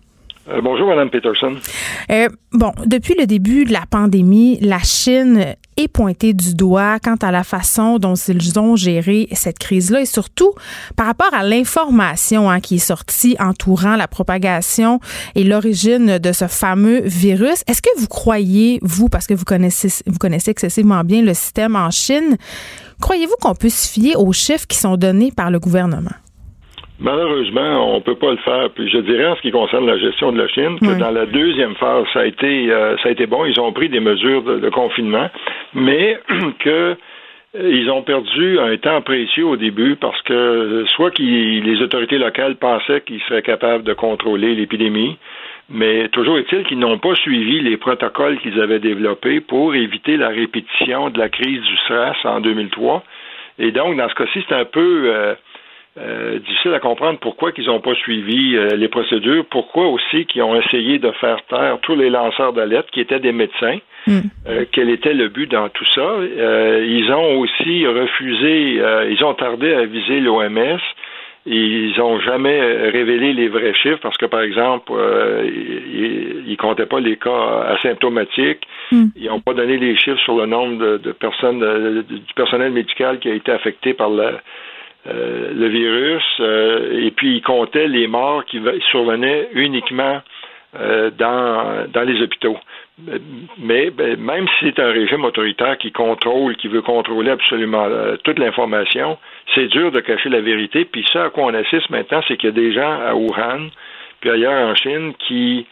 Bonjour, Mme Peterson. Depuis le début de la pandémie, la Chine est pointée du doigt quant à la façon dont ils ont géré cette crise-là et surtout par rapport à l'information qui est sortie entourant la propagation et l'origine de ce fameux virus. Est-ce que vous croyez, parce que vous connaissez excessivement bien le système en Chine, croyez-vous qu'on peut se fier aux chiffres qui sont donnés par le gouvernement? Malheureusement, on peut pas le faire. Puis je dirais en ce qui concerne la gestion de la Chine que dans la deuxième phase, ça a été bon. Ils ont pris des mesures de confinement, mais que ils ont perdu un temps précieux au début parce que soit les autorités locales pensaient qu'ils seraient capables de contrôler l'épidémie, mais toujours est-il qu'ils n'ont pas suivi les protocoles qu'ils avaient développés pour éviter la répétition de la crise du SRAS en 2003. Et donc, dans ce cas-ci, c'est un peu difficile à comprendre pourquoi qu'ils n'ont pas suivi les procédures, pourquoi aussi qu'ils ont essayé de faire taire tous les lanceurs d'alerte qui étaient des médecins. Quel était le but dans tout ça? Ils ont aussi refusé, ils ont tardé à viser l'OMS. Ils n'ont jamais révélé les vrais chiffres parce que, par exemple, ils comptaient pas les cas asymptomatiques. Ils n'ont pas donné les chiffres sur le nombre de personnes, du personnel médical qui a été affecté par le virus. Et puis, ils comptaient les morts qui survenaient uniquement dans les hôpitaux. Mais même si c'est un régime autoritaire qui veut contrôler absolument toute l'information, c'est dur de cacher la vérité. Puis ça à quoi on assiste maintenant, c'est qu'il y a des gens à Wuhan, puis ailleurs en Chine, qui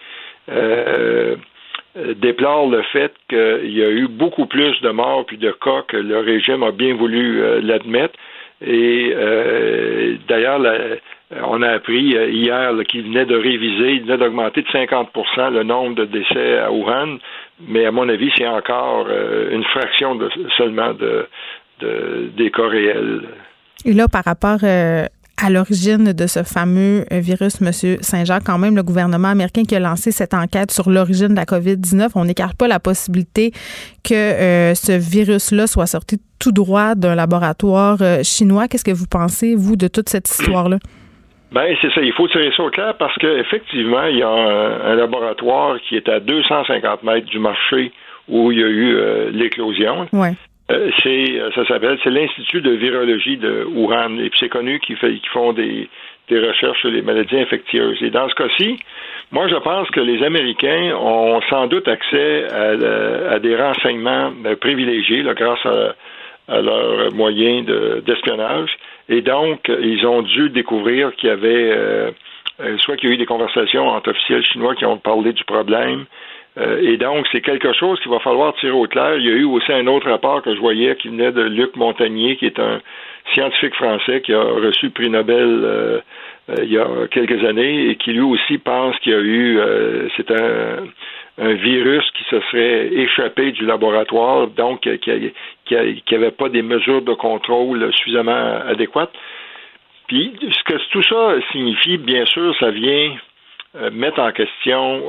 déplorent le fait qu'il y a eu beaucoup plus de morts puis de cas que le régime a bien voulu l'admettre. Et d'ailleurs, on a appris hier qu'il venait de réviser, il venait d'augmenter de 50% le nombre de décès à Wuhan, mais à mon avis, c'est encore une fraction seulement des cas réels. Et là, par rapport à l'origine de ce fameux virus, M. Saint-Jacques, quand même, le gouvernement américain qui a lancé cette enquête sur l'origine de la COVID-19, on n'écarte pas la possibilité que ce virus-là soit sorti tout droit d'un laboratoire chinois. Qu'est-ce que vous pensez, vous, de toute cette histoire-là? Ben c'est ça, il faut tirer ça au clair parce qu'effectivement, il y a un laboratoire qui est à 250 mètres du marché où il y a eu l'éclosion. Ouais. C'est l'Institut de virologie de Wuhan. Et puis c'est connu qu'ils font des recherches sur les maladies infectieuses. Et dans ce cas-ci, moi je pense que les Américains ont sans doute accès à des renseignements privilégiés là, grâce à leurs moyens d'espionnage. Et donc, ils ont dû découvrir qu'il y avait soit qu'il y a eu des conversations entre officiels chinois qui ont parlé du problème. Et donc, c'est quelque chose qu'il va falloir tirer au clair. Il y a eu aussi un autre rapport que je voyais qui venait de Luc Montagnier, qui est un scientifique français qui a reçu le prix Nobel il y a quelques années et qui lui aussi pense qu'il y a eu c'est un virus qui se serait échappé du laboratoire, donc qui avait pas des mesures de contrôle suffisamment adéquates. Puis, ce que tout ça signifie, bien sûr, ça vient mettre en question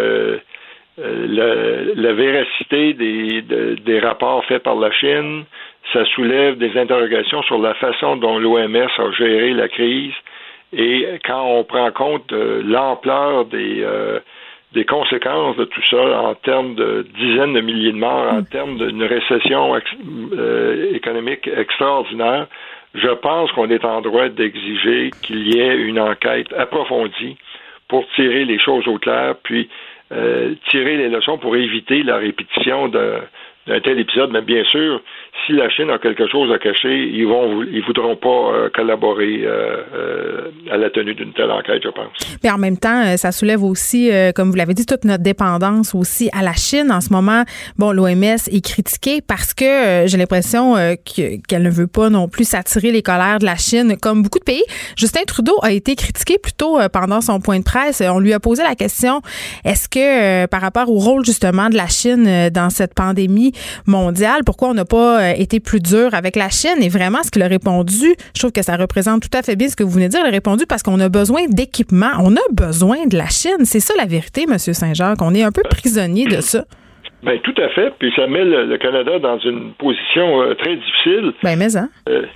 la véracité des rapports faits par la Chine. Ça soulève des interrogations sur la façon dont l'OMS a géré la crise. Et quand on prend compte de l'ampleur des conséquences de tout ça en termes de dizaines de milliers de morts, en termes d'une récession économique extraordinaire, je pense qu'on est en droit d'exiger qu'il y ait une enquête approfondie pour tirer les choses au clair, puis tirer les leçons pour éviter la répétition d'un tel épisode. Mais bien sûr, si la Chine a quelque chose à cacher, ils voudront pas collaborer à la tenue d'une telle enquête, je pense. Mais en même temps, ça soulève aussi, comme vous l'avez dit, toute notre dépendance aussi à la Chine. En ce moment, bon, l'OMS est critiquée parce que j'ai l'impression qu'elle ne veut pas non plus s'attirer les colères de la Chine, comme beaucoup de pays. Justin Trudeau a été critiqué plutôt pendant son point de presse. On lui a posé la question, est-ce que par rapport au rôle justement de la Chine dans cette pandémie mondiale, pourquoi on n'a pas été plus dur avec la Chine? Et vraiment, ce qu'il a répondu, je trouve que ça représente tout à fait bien ce que vous venez de dire. Il a répondu parce qu'on a besoin d'équipement. On a besoin de la Chine. C'est ça la vérité, M. Saint-Jacques. On est un peu prisonnier de ça. Ben tout à fait. Puis ça met le Canada dans une position très difficile. Ben mais hein.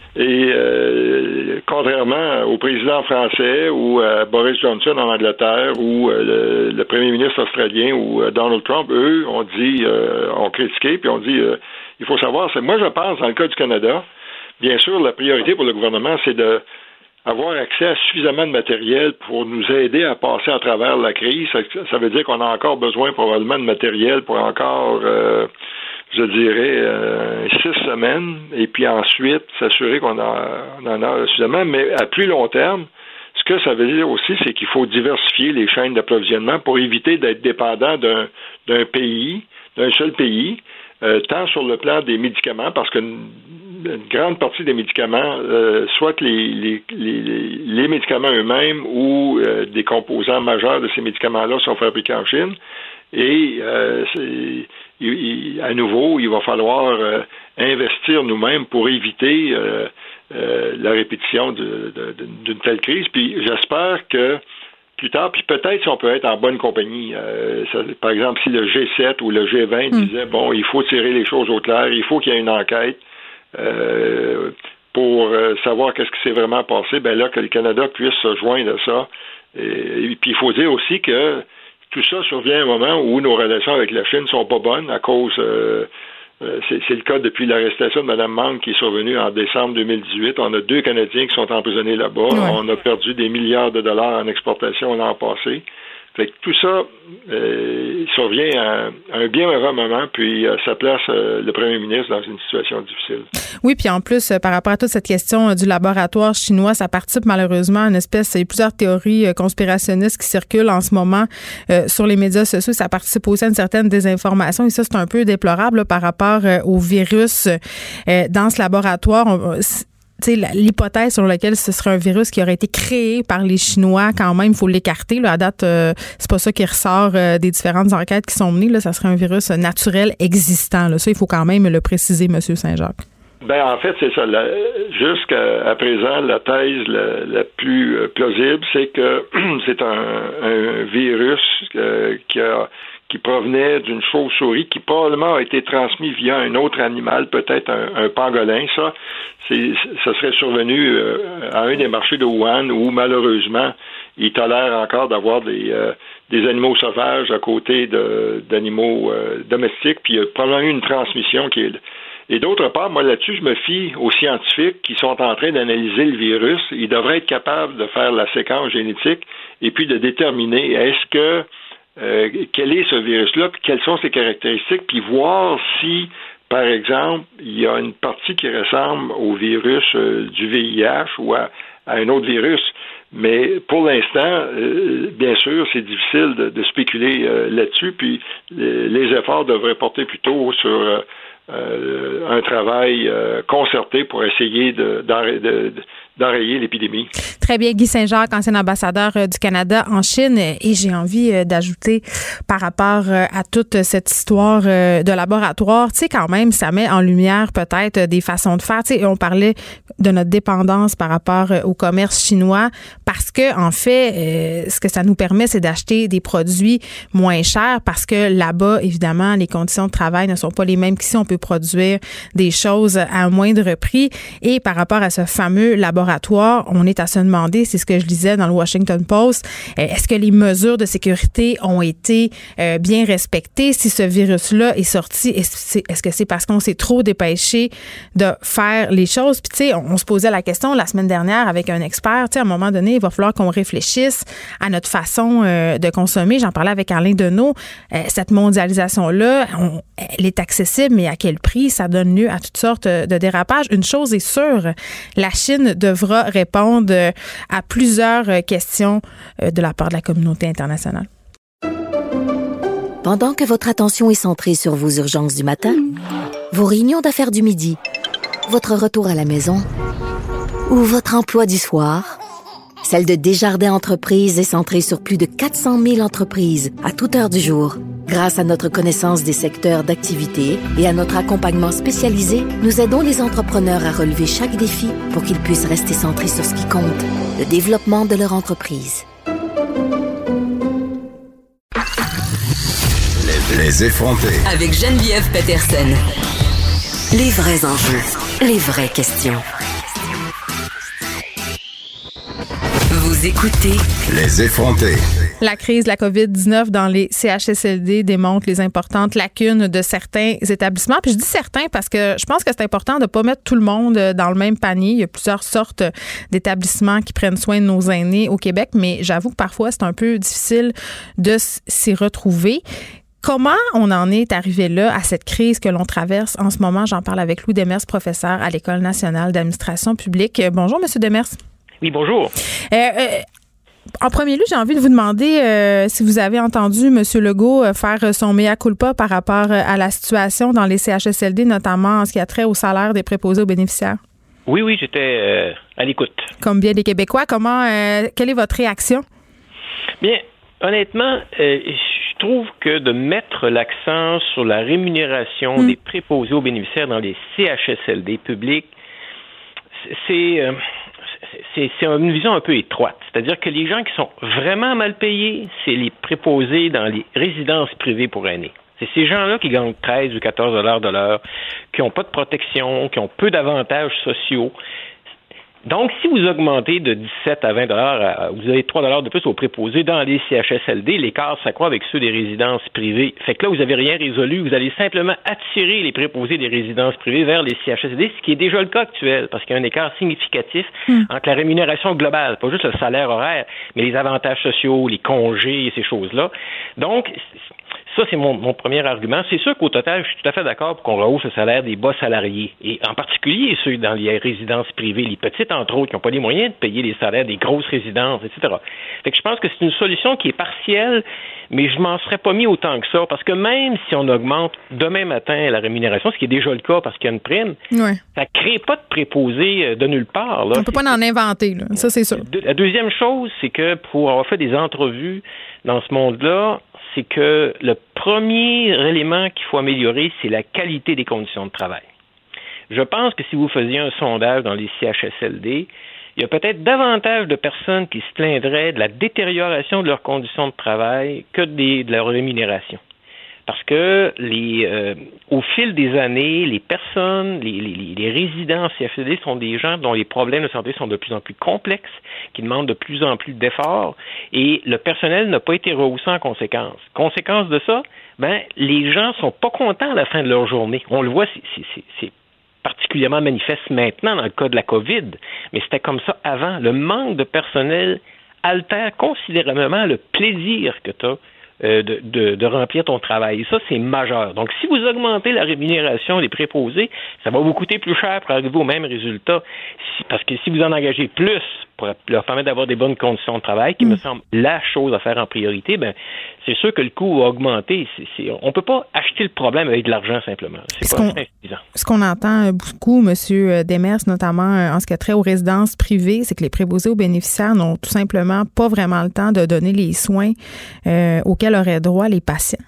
Contrairement au président français ou à Boris Johnson en Angleterre ou le premier ministre australien ou Donald Trump, eux ont critiqué puis ont dit il faut savoir. Moi je pense dans le cas du Canada, bien sûr la priorité pour le gouvernement c'est de avoir accès à suffisamment de matériel pour nous aider à passer à travers la crise. Ça veut dire qu'on a encore besoin probablement de matériel pour encore, je dirais, 6 semaines. Et puis ensuite, s'assurer qu'on en a suffisamment. Mais à plus long terme, ce que ça veut dire aussi, c'est qu'il faut diversifier les chaînes d'approvisionnement pour éviter d'être dépendant d'un seul pays, tant sur le plan des médicaments, parce qu'une grande partie des médicaments, soit les médicaments eux-mêmes ou des composants majeurs de ces médicaments-là sont fabriqués en Chine. Et à nouveau, il va falloir investir nous-mêmes pour éviter la répétition d'une telle crise. Puis j'espère que plus tard, puis peut-être si on peut être en bonne compagnie. Par exemple, si le G7 ou le G20 disait, bon, il faut tirer les choses au clair, il faut qu'il y ait une enquête pour savoir qu'est-ce qui s'est vraiment passé, ben là, que le Canada puisse se joindre à ça. Et puis, il faut dire aussi que tout ça survient à un moment où nos relations avec la Chine sont pas bonnes à cause... c'est le cas depuis l'arrestation de Mme Mang qui est survenue en décembre 2018. On a 2 Canadiens qui sont emprisonnés là-bas. Ouais. On a perdu des milliards de dollars en exportation l'an passé. Fait que tout ça survient à un bien heureux moment, puis ça place le premier ministre dans une situation difficile. Oui, puis en plus, par rapport à toute cette question du laboratoire chinois, ça participe malheureusement à une espèce... Il y a plusieurs théories conspirationnistes qui circulent en ce moment sur les médias sociaux. Ça participe aussi à une certaine désinformation, et ça, c'est un peu déplorable là, par rapport au virus dans ce laboratoire. L'hypothèse selon laquelle ce serait un virus qui aurait été créé par les Chinois, quand même, il faut l'écarter. Là, à date, c'est pas ça qui ressort des différentes enquêtes qui sont menées. Là, ça serait un virus naturel existant. Là. Ça, il faut quand même le préciser, M. Saint-Jacques. Ben en fait, c'est ça. Jusqu'à présent, la thèse la plus plausible, c'est que c'est un virus qui provenait d'une chauve-souris qui probablement a été transmis via un autre animal, peut-être un pangolin. Ça serait survenu à un des marchés de Wuhan où malheureusement ils tolèrent encore d'avoir des animaux sauvages à côté d'animaux domestiques. Puis il y a probablement eu une transmission qui est... Et d'autre part, moi là-dessus, je me fie aux scientifiques qui sont en train d'analyser le virus. Ils devraient être capables de faire la séquence génétique et puis de déterminer est-ce que quel est ce virus-là, puis quelles sont ses caractéristiques, puis voir si, par exemple, il y a une partie qui ressemble au virus du VIH ou à un autre virus. Mais pour l'instant, bien sûr, c'est difficile de spéculer là-dessus, puis les efforts devraient porter plutôt sur un travail concerté pour essayer d'enrayer l'épidémie. Très bien. Guy Saint-Jacques, ancien ambassadeur du Canada en Chine. Et j'ai envie d'ajouter par rapport à toute cette histoire de laboratoire, tu sais, quand même, ça met en lumière peut-être des façons de faire. Tu sais, on parlait de notre dépendance par rapport au commerce chinois parce que, en fait, ce que ça nous permet, c'est d'acheter des produits moins chers parce que là-bas, évidemment, les conditions de travail ne sont pas les mêmes qu'ici. On peut produire des choses à un moindre prix. Et par rapport à ce fameux laboratoire, on est à se demander, c'est ce que je lisais dans le Washington Post, est-ce que les mesures de sécurité ont été bien respectées? Si ce virus-là est sorti, est-ce que c'est parce qu'on s'est trop dépêché de faire les choses? Puis tu sais, on se posait la question la semaine dernière avec un expert, tu sais, à un moment donné, il va falloir qu'on réfléchisse à notre façon de consommer. J'en parlais avec Alain Deneau. Cette mondialisation-là, elle est accessible, mais à quel prix? Ça donne lieu à toutes sortes de dérapages. Une chose est sûre, la Chine devra répondre à plusieurs questions de la part de la communauté internationale. Pendant que votre attention est centrée sur vos urgences du matin, vos réunions d'affaires du midi, votre retour à la maison ou votre emploi du soir, celle de Desjardins Entreprises est centrée sur plus de 400 000 entreprises à toute heure du jour. Grâce à notre connaissance des secteurs d'activité et à notre accompagnement spécialisé, nous aidons les entrepreneurs à relever chaque défi pour qu'ils puissent rester centrés sur ce qui compte, le développement de leur entreprise. Les effrontés. Avec Geneviève Peterson. Les vrais enjeux, les vraies questions. Vous écoutez Les effrontés. La crise de la COVID-19 dans les CHSLD démontre les importantes lacunes de certains établissements. Puis je dis certains parce que je pense que c'est important de ne pas mettre tout le monde dans le même panier. Il y a plusieurs sortes d'établissements qui prennent soin de nos aînés au Québec, mais j'avoue que parfois c'est un peu difficile de s'y retrouver. Comment on en est arrivé là, à cette crise que l'on traverse en ce moment? J'en parle avec Louis Demers, professeur à l'École nationale d'administration publique. Bonjour, M. Demers. Oui, bonjour. En premier lieu, j'ai envie de vous demander si vous avez entendu M. Legault faire son mea culpa par rapport à la situation dans les CHSLD, notamment en ce qui a trait au salaire des préposés aux bénéficiaires. Oui, j'étais à l'écoute. Comme bien des Québécois, quelle est votre réaction? Bien, honnêtement, je trouve que de mettre l'accent sur la rémunération des préposés aux bénéficiaires dans les CHSLD publics, c'est une vision un peu étroite. C'est-à-dire que les gens qui sont vraiment mal payés, c'est les préposés dans les résidences privées pour aînés. C'est ces gens-là qui gagnent 13 ou 14 $ de l'heure, qui n'ont pas de protection, qui ont peu d'avantages sociaux. Donc, si vous augmentez de 17 à 20 $, vous avez 3 $ de plus aux préposés dans les CHSLD, l'écart s'accroît avec ceux des résidences privées. Fait que là, vous n'avez rien résolu. Vous allez simplement attirer les préposés des résidences privées vers les CHSLD, ce qui est déjà le cas actuel, parce qu'il y a un écart significatif entre la rémunération globale, pas juste le salaire horaire, mais les avantages sociaux, les congés et ces choses-là. Donc, ça, c'est mon premier argument. C'est sûr qu'au total, je suis tout à fait d'accord pour qu'on rehausse le salaire des bas salariés, et en particulier ceux dans les résidences privées, les petites, entre autres, qui n'ont pas les moyens de payer les salaires des grosses résidences, etc. Fait que je pense que c'est une solution qui est partielle, mais je m'en serais pas mis autant que ça, parce que même si on augmente demain matin la rémunération, ce qui est déjà le cas parce qu'il y a une prime, ça ne crée pas de préposés de nulle part. Là. On ne peut pas en inventer, là. Ça c'est sûr. La deuxième chose, c'est que pour avoir fait des entrevues dans ce monde-là, c'est que le premier élément qu'il faut améliorer, c'est la qualité des conditions de travail. Je pense que si vous faisiez un sondage dans les CHSLD, il y a peut-être davantage de personnes qui se plaindraient de la détérioration de leurs conditions de travail que de leur rémunération. Parce que au fil des années, les personnes, les résidents CHSLD sont des gens dont les problèmes de santé sont de plus en plus complexes, qui demandent de plus en plus d'efforts, et le personnel n'a pas été rehaussé en conséquence. Conséquence de ça, les gens sont pas contents à la fin de leur journée. On le voit, c'est particulièrement manifeste maintenant dans le cas de la COVID, mais c'était comme ça avant. Le manque de personnel altère considérablement le plaisir que tu as de remplir ton travail. Et ça, c'est majeur. Donc, si vous augmentez la rémunération des préposés, ça va vous coûter plus cher pour arriver au même résultat. Parce que si vous en engagez plus pour leur permettre d'avoir des bonnes conditions de travail, qui me semble la chose à faire en priorité, c'est sûr que le coût va augmenter. On ne peut pas acheter le problème avec de l'argent simplement. C'est pas insuffisant. Ce qu'on entend beaucoup, M. Demers, notamment en ce qui a trait aux résidences privées, c'est que les préposés aux bénéficiaires n'ont tout simplement pas vraiment le temps de donner les soins auxquels auraient droit les patients.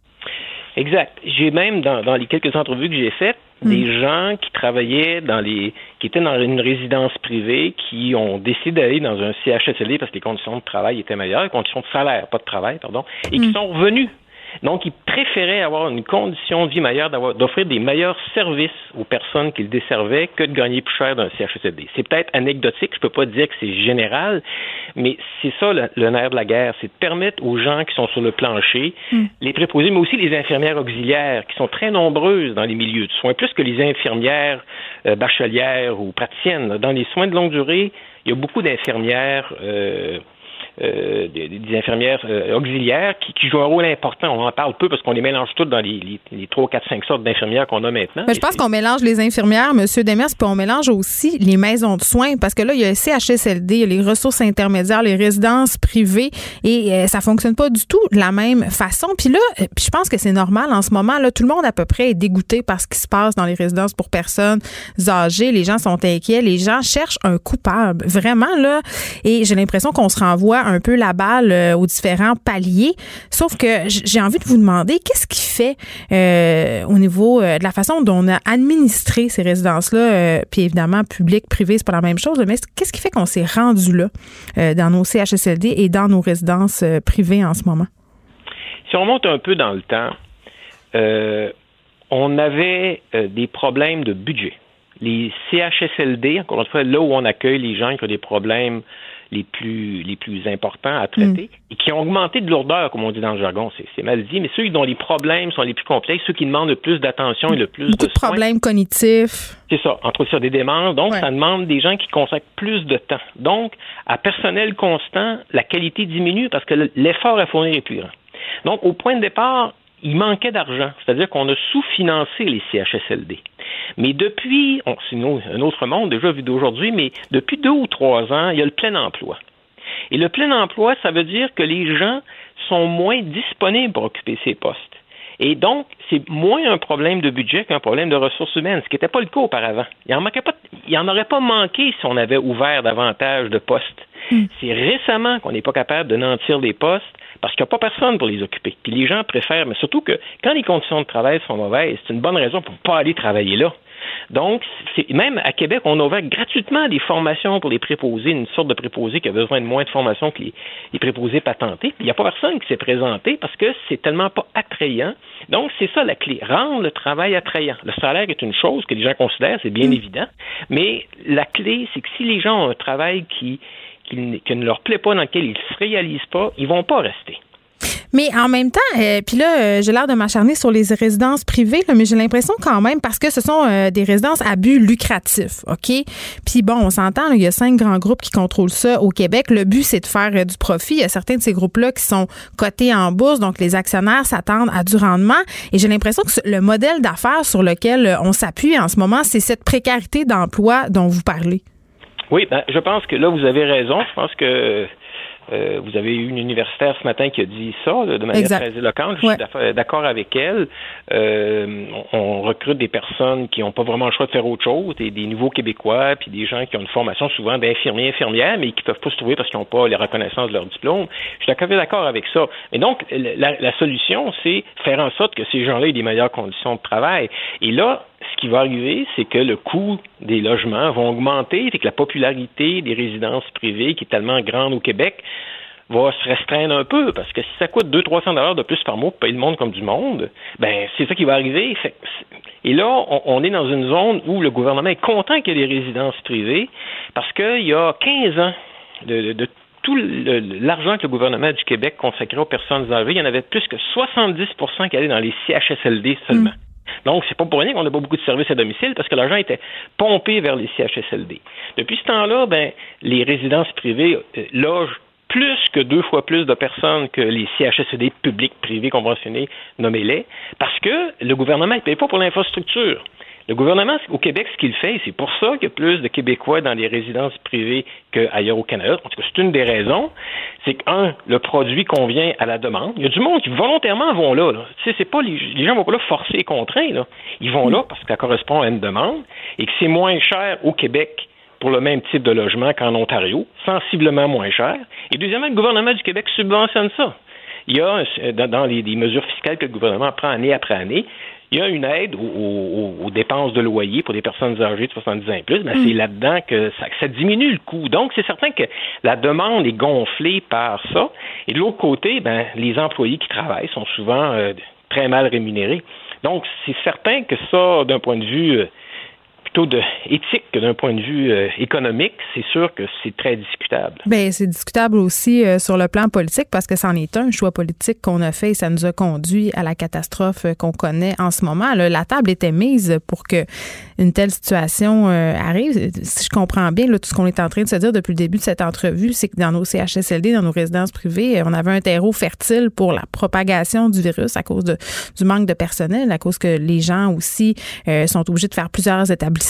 Exact. J'ai même, dans les quelques entrevues que j'ai faites, des gens qui travaillaient qui étaient dans une résidence privée, qui ont décidé d'aller dans un CHSLD parce que les conditions de travail étaient meilleures, les conditions de salaire, pas de travail, pardon, et qui sont revenus. Donc, ils préféraient avoir une condition de vie meilleure, d'offrir des meilleurs services aux personnes qu'ils desservaient que de gagner plus cher dans un CHSLD. C'est peut-être anecdotique, je peux pas dire que c'est général, mais c'est ça le nerf de la guerre, c'est de permettre aux gens qui sont sur le plancher, les préposés, mais aussi les infirmières auxiliaires, qui sont très nombreuses dans les milieux de soins, plus que les infirmières bachelières ou praticiennes. Dans les soins de longue durée, il y a beaucoup d'infirmières des infirmières auxiliaires qui jouent un rôle important. On en parle peu parce qu'on les mélange toutes dans les 3, 4, 5 sortes d'infirmières qu'on a maintenant. Je pense qu'on mélange les infirmières, M. Demers, puis on mélange aussi les maisons de soins, parce que là, il y a le CHSLD, il y a les ressources intermédiaires, les résidences privées, et ça fonctionne pas du tout de la même façon. Puis là, je pense que c'est normal en ce moment, là, tout le monde à peu près est dégoûté par ce qui se passe dans les résidences pour personnes âgées. Les gens sont inquiets, les gens cherchent un coupable, vraiment, là, et j'ai l'impression qu'on se renvoie un peu la balle aux différents paliers. Sauf que j'ai envie de vous demander, qu'est-ce qui fait au niveau de la façon dont on a administré ces résidences-là, puis évidemment, public, privé, c'est pas la même chose, mais qu'est-ce qui fait qu'on s'est rendu là dans nos CHSLD et dans nos résidences privées en ce moment? Si on remonte un peu dans le temps, on avait des problèmes de budget. Les CHSLD, encore une fois, là où on accueille les gens qui ont des problèmes les plus importants à traiter et qui ont augmenté de lourdeur, comme on dit dans le jargon, c'est mal dit, mais ceux dont les problèmes sont les plus complexes, ceux qui demandent le plus d'attention et le plus beaucoup de soins. Problèmes cognitifs. C'est ça, entre ça, des démences. Donc, ça demande des gens qui consacrent plus de temps. Donc, à personnel constant, la qualité diminue parce que l'effort à fournir est plus grand. Donc, au point de départ, il manquait d'argent. C'est-à-dire qu'on a sous-financé les CHSLD. Mais depuis, c'est un autre monde déjà vu d'aujourd'hui, mais depuis 2 ou 3 ans, il y a le plein emploi. Et le plein emploi, ça veut dire que les gens sont moins disponibles pour occuper ces postes. Et donc, c'est moins un problème de budget qu'un problème de ressources humaines, ce qui n'était pas le cas auparavant. Il en aurait pas manqué si on avait ouvert davantage de postes. C'est récemment qu'on n'est pas capable de nantir des postes parce qu'il n'y a pas personne pour les occuper. Puis les gens préfèrent, mais surtout que quand les conditions de travail sont mauvaises, c'est une bonne raison pour ne pas aller travailler là. Donc, même à Québec, on a ouvert gratuitement des formations pour les préposés, une sorte de préposé qui a besoin de moins de formation que les préposés patentés. Puis il n'y a pas personne qui s'est présenté parce que c'est tellement pas attrayant. Donc, c'est ça la clé, rendre le travail attrayant. Le salaire est une chose que les gens considèrent, c'est bien évident, mais la clé, c'est que si les gens ont un travail qui ne leur plaît pas, dans lequel ils ne se réalisent pas, ils vont pas rester. Mais en même temps, puis là, j'ai l'air de m'acharner sur les résidences privées, là, mais j'ai l'impression quand même, parce que ce sont des résidences à but lucratif, OK? Puis bon, on s'entend, là, il y a 5 grands groupes qui contrôlent ça au Québec. Le but, c'est de faire du profit. Il y a certains de ces groupes-là qui sont cotés en bourse, donc les actionnaires s'attendent à du rendement. Et j'ai l'impression que le modèle d'affaires sur lequel on s'appuie en ce moment, c'est cette précarité d'emploi dont vous parlez. Oui, je pense que là, vous avez raison. Je pense que vous avez eu une universitaire ce matin qui a dit ça de manière très éloquente. Je suis d'accord avec elle. On recrute des personnes qui n'ont pas vraiment le choix de faire autre chose, des nouveaux Québécois, puis des gens qui ont une formation souvent d'infirmiers, infirmières, mais qui ne peuvent pas se trouver parce qu'ils n'ont pas les reconnaissances de leur diplôme. Je suis d'accord avec ça. Mais donc, la solution, c'est faire en sorte que ces gens-là aient des meilleures conditions de travail. Et là, ce qui va arriver, c'est que le coût des logements va augmenter, c'est que la popularité des résidences privées, qui est tellement grande au Québec, va se restreindre un peu, parce que si ça coûte 200-300 $ de plus par mois pour payer le monde comme du monde, ben c'est ça qui va arriver. Et là, on est dans une zone où le gouvernement est content qu'il y ait des résidences privées, parce qu'il y a 15 ans de tout l'argent que le gouvernement du Québec consacrait aux personnes âgées, il y en avait plus que 70% qui allaient dans les CHSLD seulement. Donc, c'est pas pour rien qu'on n'a pas beaucoup de services à domicile parce que l'argent était pompé vers les CHSLD. Depuis ce temps-là, les résidences privées logent plus que 2 fois plus de personnes que les CHSLD publics, privés, conventionnés, nommez-les, parce que le gouvernement ne paye pas pour l'infrastructure. Le gouvernement, au Québec, ce qu'il fait, et c'est pour ça qu'il y a plus de Québécois dans les résidences privées qu'ailleurs au Canada. En tout cas, c'est une des raisons. C'est que, le produit convient à la demande. Il y a du monde qui volontairement vont là. Tu sais, c'est pas les gens vont pas là forcés et contraints, là. Ils vont là parce que ça correspond à une demande et que c'est moins cher au Québec pour le même type de logement qu'en Ontario, sensiblement moins cher. Et deuxièmement, le gouvernement du Québec subventionne ça. Il y a, dans les mesures fiscales que le gouvernement prend année après année, il y a une aide aux dépenses de loyer pour des personnes âgées de 70 ans et plus. C'est là-dedans que ça diminue le coût. Donc, c'est certain que la demande est gonflée par ça. Et de l'autre côté, les employés qui travaillent sont souvent très mal rémunérés. Donc, c'est certain que ça, d'un point de vue plutôt éthique que d'un point de vue économique, c'est sûr que c'est très discutable. Bien, c'est discutable aussi sur le plan politique parce que c'en est un choix politique qu'on a fait et ça nous a conduit à la catastrophe qu'on connaît en ce moment. Là, la table était mise pour que une telle situation arrive. Si je comprends bien, là, tout ce qu'on est en train de se dire depuis le début de cette entrevue, c'est que dans nos CHSLD, dans nos résidences privées, on avait un terreau fertile pour la propagation du virus à cause du manque de personnel, à cause que les gens aussi sont obligés de faire plusieurs établissements.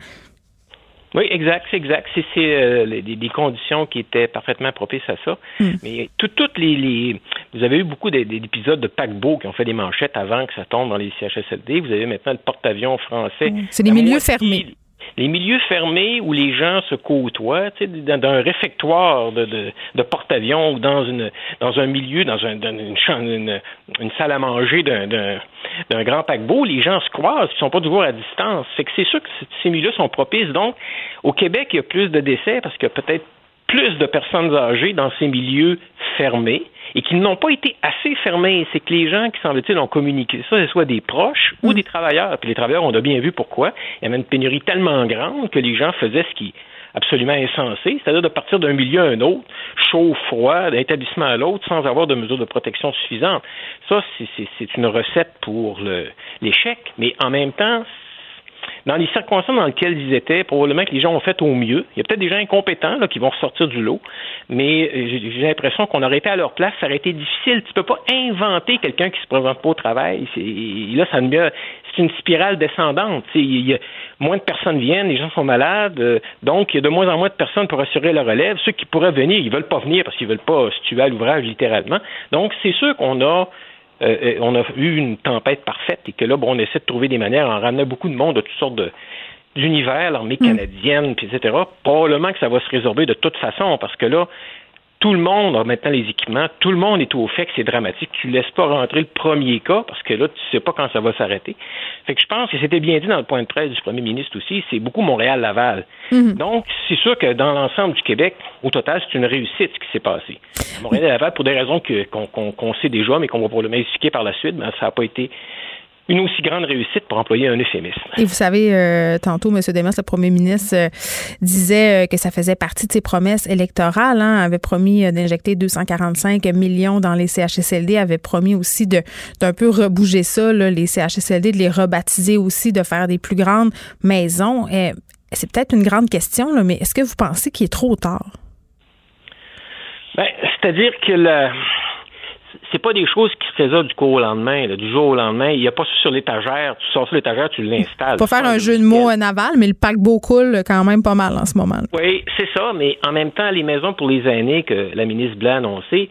Oui, exact. C'est des conditions qui étaient parfaitement propices à ça. Mais toutes les vous avez eu beaucoup d'épisodes de paquebots qui ont fait des manchettes avant que ça tombe dans les CHSLD. Vous avez maintenant le porte-avions français. C'est des milieux fermés. Les milieux fermés où les gens se côtoient, tu sais, dans un réfectoire de porte-avions ou dans un milieu, dans une salle à manger d'un grand paquebot, les gens se croisent, ils sont pas toujours à distance. Fait que c'est sûr que ces milieux sont propices. Donc, au Québec, il y a plus de décès parce qu'il y a peut-être plus de personnes âgées dans ces milieux fermés et qui n'ont pas été assez fermés. C'est que les gens qui, semble-t-il, ont communiqué ça, ce soit des proches ou des travailleurs. Puis les travailleurs, on a bien vu pourquoi. Il y avait une pénurie tellement grande que les gens faisaient ce qui absolument insensé, c'est-à-dire de partir d'un milieu à un autre, chaud, froid, d'un établissement à l'autre, sans avoir de mesures de protection suffisantes. Ça, c'est une recette pour l'échec, mais en même temps, dans les circonstances dans lesquelles ils étaient, probablement que les gens ont fait au mieux. Il y a peut-être des gens incompétents là, qui vont ressortir du lot, mais j'ai l'impression qu'on aurait été à leur place, ça aurait été difficile. Tu peux pas inventer quelqu'un qui se présente pas au travail. Là, c'est une spirale descendante. Il y a moins de personnes viennent, les gens sont malades, donc il y a de moins en moins de personnes pour assurer la relève. Ceux qui pourraient venir, ils veulent pas venir parce qu'ils veulent pas se tuer à l'ouvrage littéralement. Donc c'est sûr qu'on a eu une tempête parfaite et que là, on essaie de trouver des manières en ramenant beaucoup de monde de toutes sortes d'univers, l'armée canadienne, puis etc. Probablement que ça va se résorber de toute façon parce que là, tout le monde a maintenant les équipements, tout le monde est au fait que c'est dramatique. Tu ne laisses pas rentrer le premier cas parce que là, tu ne sais pas quand ça va s'arrêter. Fait que je pense que c'était bien dit dans le point de presse du premier ministre aussi, c'est beaucoup Montréal-Laval. Donc, c'est sûr que dans l'ensemble du Québec, au total, c'est une réussite ce qui s'est passé. À Montréal-Laval, pour des raisons qu'on sait déjà, mais qu'on va probablement expliquer par la suite, ça n'a pas été une aussi grande réussite pour employer un euphémisme. Et vous savez, tantôt, M. Demers, le premier ministre, disait que ça faisait partie de ses promesses électorales. Avait promis d'injecter 245 millions dans les CHSLD, avait promis aussi d'un peu rebouger ça, là, les CHSLD, de les rebaptiser aussi, de faire des plus grandes maisons. C'est peut-être une grande question, là, mais est-ce que vous pensez qu'il est trop tard? C'est-à-dire que c'est pas des choses qui se résolvent du jour au lendemain. Du jour au lendemain, il n'y a pas ça sur l'étagère. Tu sors sur l'étagère, tu l'installes. Faut faire un jeu de mots naval, mais le paquebot coule quand même pas mal en ce moment. Oui, c'est ça, mais en même temps, les maisons pour les aînés que la ministre Blanc a annoncé,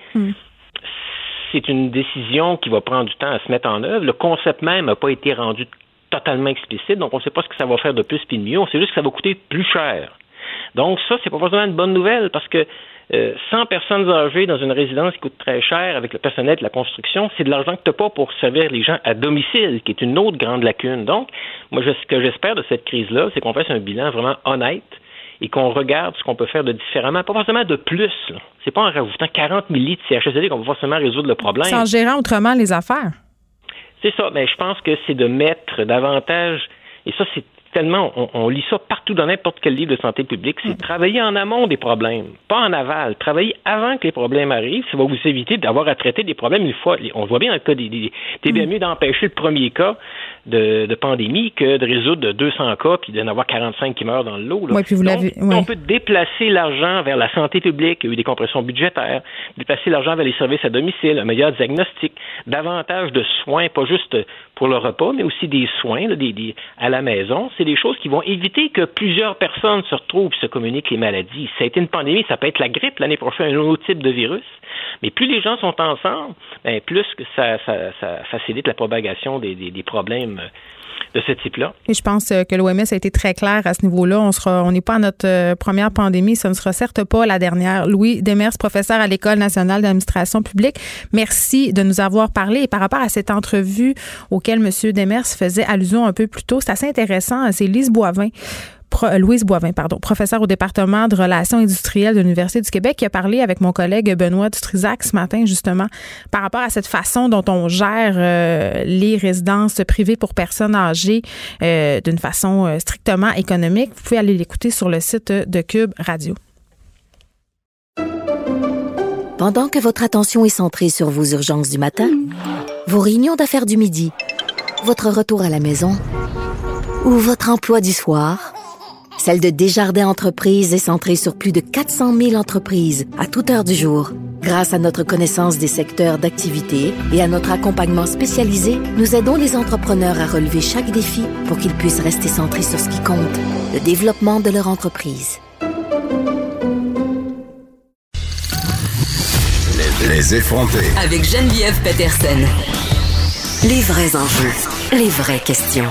c'est une décision qui va prendre du temps à se mettre en œuvre. Le concept même n'a pas été rendu totalement explicite, donc on ne sait pas ce que ça va faire de plus puis de mieux. On sait juste que ça va coûter plus cher. Donc ça, c'est pas forcément une bonne nouvelle parce que 100 personnes âgées dans une résidence qui coûte très cher avec le personnel de la construction, c'est de l'argent que tu n'as pas pour servir les gens à domicile, qui est une autre grande lacune. Donc, moi, ce que j'espère de cette crise-là, c'est qu'on fasse un bilan vraiment honnête et qu'on regarde ce qu'on peut faire de différemment, pas forcément de plus. Là. C'est pas en rajoutant 40 000 lits de CHSLD qu'on va forcément résoudre le problème. C'est en gérant autrement les affaires. C'est ça, mais je pense que c'est de mettre davantage, et ça, c'est tellement, on lit ça partout dans n'importe quel livre de santé publique, c'est travailler en amont des problèmes, pas en aval. Travailler avant que les problèmes arrivent, ça va vous éviter d'avoir à traiter des problèmes une fois. On voit bien dans le cas des bien mieux d'empêcher le premier cas de pandémie que de résoudre 200 cas puis d'en avoir 45 qui meurent dans le lot. Là. Oui, puis vous l'avez. Oui. On peut déplacer l'argent vers la santé publique, il y a eu des compressions budgétaires, déplacer l'argent vers les services à domicile, un meilleur diagnostic, davantage de soins, pas juste pour le repas, mais aussi des soins là, à la maison. C'est des choses qui vont éviter que plusieurs personnes se retrouvent et se communiquent les maladies. Ça a été une pandémie, ça peut être la grippe l'année prochaine, un autre type de virus. Mais plus les gens sont ensemble, plus que ça facilite la propagation des problèmes de ce type-là. Et je pense que l'OMS a été très clair à ce niveau-là. On n'est pas à notre première pandémie. Ce ne sera certes pas la dernière. Louis Demers, professeur à l'École nationale d'administration publique, merci de nous avoir parlé. Et par rapport à cette entrevue auquel M. Demers faisait allusion un peu plus tôt, c'est assez intéressant. C'est Louise Boivin, professeure au département de relations industrielles de l'Université du Québec, qui a parlé avec mon collègue Benoît Dutrisac ce matin, justement, par rapport à cette façon dont on gère les résidences privées pour personnes âgées d'une façon strictement économique. Vous pouvez aller l'écouter sur le site de Cube Radio. Pendant que votre attention est centrée sur vos urgences du matin, vos réunions d'affaires du midi, votre retour à la maison ou votre emploi du soir, celle de Desjardins Entreprises est centrée sur plus de 400 000 entreprises à toute heure du jour. Grâce à notre connaissance des secteurs d'activité et à notre accompagnement spécialisé, nous aidons les entrepreneurs à relever chaque défi pour qu'ils puissent rester centrés sur ce qui compte, le développement de leur entreprise. Les effrontés. Avec Geneviève Peterson. Les vrais enjeux, les vraies questions.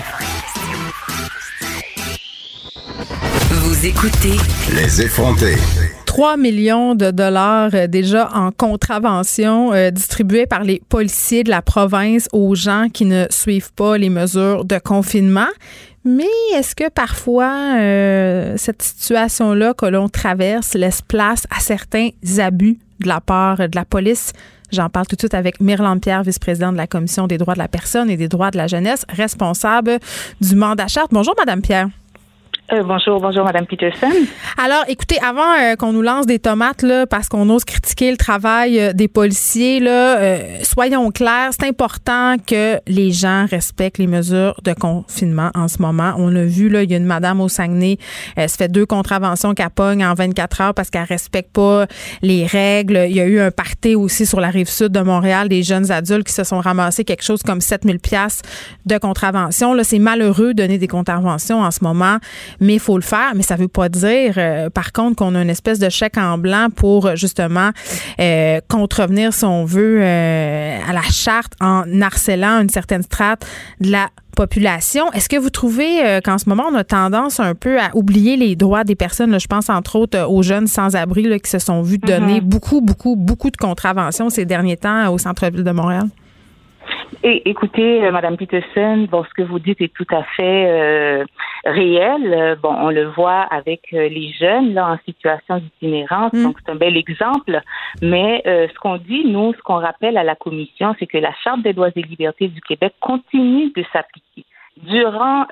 Vous écoutez Les effrontés. 3 millions de dollars déjà en contravention distribués par les policiers de la province aux gens qui ne suivent pas les mesures de confinement. Mais est-ce que parfois cette situation-là que l'on traverse laisse place à certains abus de la part de la police? J'en parle tout de suite avec Myrlande Pierre, vice-présidente de la Commission des droits de la personne et des droits de la jeunesse, responsable du mandat charte. Bonjour, Madame Pierre. Bonjour, Mme Peterson. Alors, écoutez, avant qu'on nous lance des tomates, là, parce qu'on ose critiquer le travail des policiers, là, soyons clairs, c'est important que les gens respectent les mesures de confinement en ce moment. On l'a vu, là, il y a une madame au Saguenay, elle se fait 2 contraventions qu'elle pogne en 24 heures parce qu'elle respecte pas les règles. Il y a eu un party aussi sur la rive sud de Montréal, des jeunes adultes qui se sont ramassés quelque chose comme 7 000 $ de contraventions. Là, c'est malheureux de donner des contraventions en ce moment, mais il faut le faire. Mais ça ne veut pas dire, par contre, qu'on a une espèce de chèque en blanc pour, justement, contrevenir, si on veut, à la charte en harcelant une certaine strate de la population. Est-ce que vous trouvez qu'en ce moment, on a tendance un peu à oublier les droits des personnes? Là, je pense, entre autres, aux jeunes sans-abri là, qui se sont vus donner beaucoup de contraventions ces derniers temps au centre-ville de Montréal? Et écoutez, Mme Peterson, ce que vous dites est tout à fait réel. On le voit avec les jeunes là en situation d'itinérance, donc c'est un bel exemple. Mais ce qu'on dit, nous, ce qu'on rappelle à la Commission, c'est que la Charte des droits et libertés du Québec continue de s'appliquer durant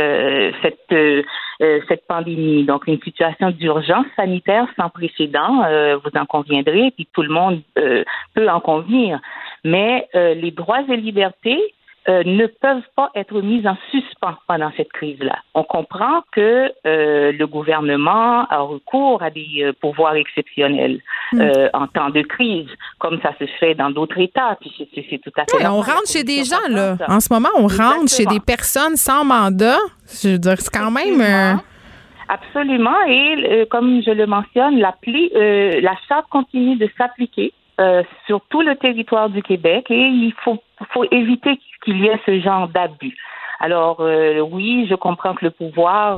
cette pandémie. Donc, une situation d'urgence sanitaire sans précédent, vous en conviendrez, puis tout le monde peut en convenir. Mais les droits et libertés ne peuvent pas être mis en suspens pendant cette crise-là. On comprend que le gouvernement a recours à des pouvoirs exceptionnels en temps de crise, comme ça se fait dans d'autres États. Puis c'est tout à fait. On rentre chez des gens, là. En ce moment, on rentre chez des personnes sans mandat. Je veux dire, c'est quand même... Absolument. Et comme je le mentionne, la charte continue de s'appliquer sur tout le territoire du Québec et il faut éviter qu'il y ait ce genre d'abus. Alors oui, je comprends que le pouvoir,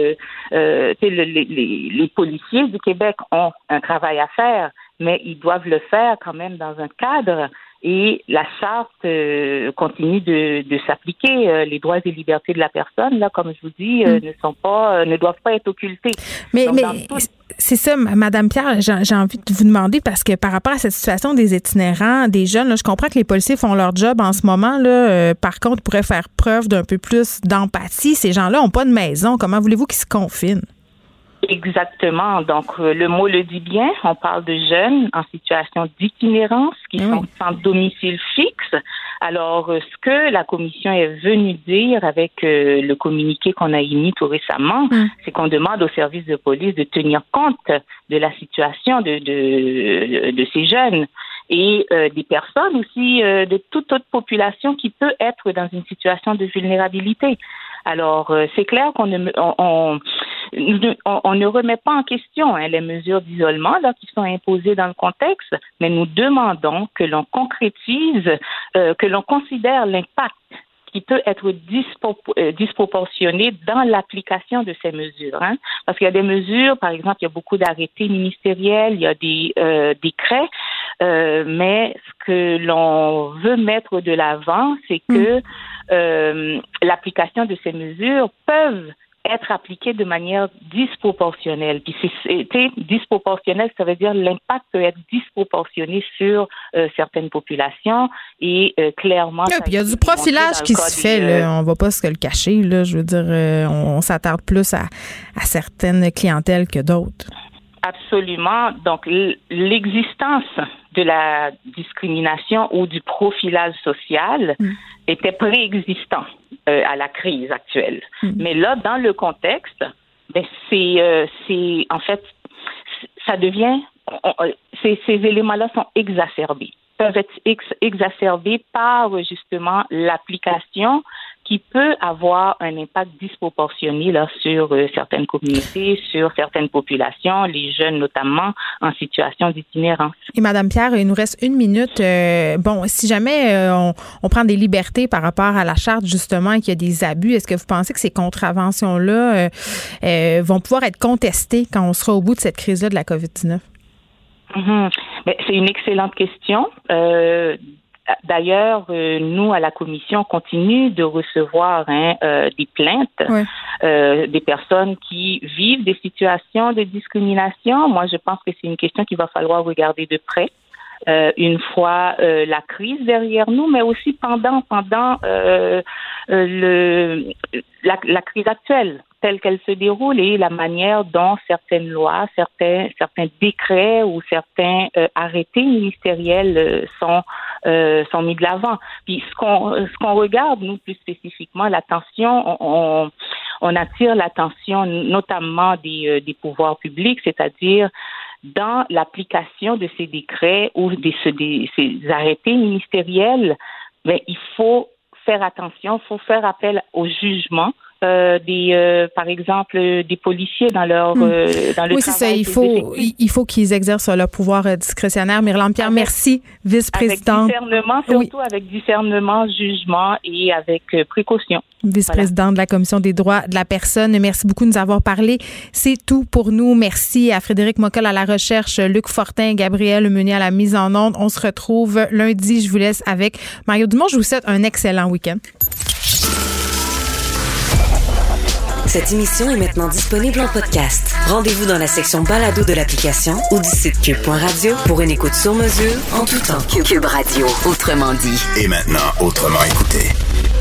les policiers du Québec ont un travail à faire, mais ils doivent le faire quand même dans un cadre. Et la charte continue de s'appliquer. Les droits et libertés de la personne, là, comme je vous dis, ne doivent pas être occultés. Mais c'est ça, Madame Pierre, j'ai envie de vous demander, parce que par rapport à cette situation des itinérants, des jeunes, là, je comprends que les policiers font leur job en ce moment. Là, par contre, ils pourraient faire preuve d'un peu plus d'empathie. Ces gens-là n'ont pas de maison. Comment voulez-vous qu'ils se confinent? Exactement. Donc, le mot le dit bien. On parle de jeunes en situation d'itinérance qui sont sans domicile fixe. Alors, ce que la Commission est venue dire avec le communiqué qu'on a émis tout récemment, c'est qu'on demande aux services de police de tenir compte de la situation de ces jeunes et des personnes aussi, de toute autre population qui peut être dans une situation de vulnérabilité. Alors, c'est clair qu'on ne remet pas en question les mesures d'isolement là qui sont imposées dans le contexte, mais nous demandons que l'on concrétise, que l'on considère l'impact qui peut être disproportionné dans l'application de ces mesures. Parce qu'il y a des mesures, par exemple, il y a beaucoup d'arrêtés ministériels, il y a des décrets, mais ce que l'on veut mettre de l'avant, c'est que l'application de ces mesures peuvent être appliquées de manière disproportionnelle. Puis c'était disproportionnel, ça veut dire l'impact peut être disproportionné sur certaines populations et clairement... puis il y a du profilage qui se fait, là. On va pas se le cacher, là. Je veux dire, on s'attarde plus à certaines clientèles que d'autres. Absolument. Donc, l'existence de la discrimination ou du profilage social était préexistant à la crise actuelle. Mais là, dans le contexte, c'est en fait, ça devient, ces éléments-là sont exacerbés, peuvent être exacerbés par justement l'application qui peut avoir un impact disproportionné là sur certaines communautés, sur certaines populations, les jeunes notamment en situation d'itinérance. Et Madame Pierre, il nous reste 1 minute. Si jamais on prend des libertés par rapport à la charte justement et qu'il y a des abus, est-ce que vous pensez que ces contraventions-là vont pouvoir être contestées quand on sera au bout de cette crise-là de la COVID-19? Mais c'est une excellente question. D'ailleurs, nous, à la Commission, on continue de recevoir des plaintes des personnes qui vivent des situations de discrimination. Moi, je pense que c'est une question qu'il va falloir regarder de près. une fois la crise derrière nous, mais aussi pendant la crise actuelle telle qu'elle se déroule et la manière dont certaines lois, certains décrets ou certains arrêtés ministériels sont mis de l'avant. Puis ce qu'on regarde, nous, plus spécifiquement, l'attention, on attire l'attention notamment des pouvoirs publics, c'est-à-dire dans l'application de ces décrets ou ces arrêtés ministériels, mais il faut faire attention, il faut faire appel au jugement. Par exemple, des policiers dans leur dans le oui, c'est ça. Il faut qu'ils exercent leur pouvoir discrétionnaire. Myrlande Pierre, merci, vice-présidente. Avec discernement, surtout avec discernement, jugement et avec précaution. Vice-présidente de la Commission des droits de la personne. Merci beaucoup de nous avoir parlé. C'est tout pour nous. Merci à Frédéric Mocoll à la recherche, Luc Fortin, Gabriel Meunier à la mise en onde. On se retrouve lundi. Je vous laisse avec Mario Dumont. Je vous souhaite un excellent week-end. Cette émission est maintenant disponible en podcast. Rendez-vous dans la section balado de l'application ou du site cube.radio pour une écoute sur mesure en tout temps. Cube Radio, autrement dit. Et maintenant, autrement écouté.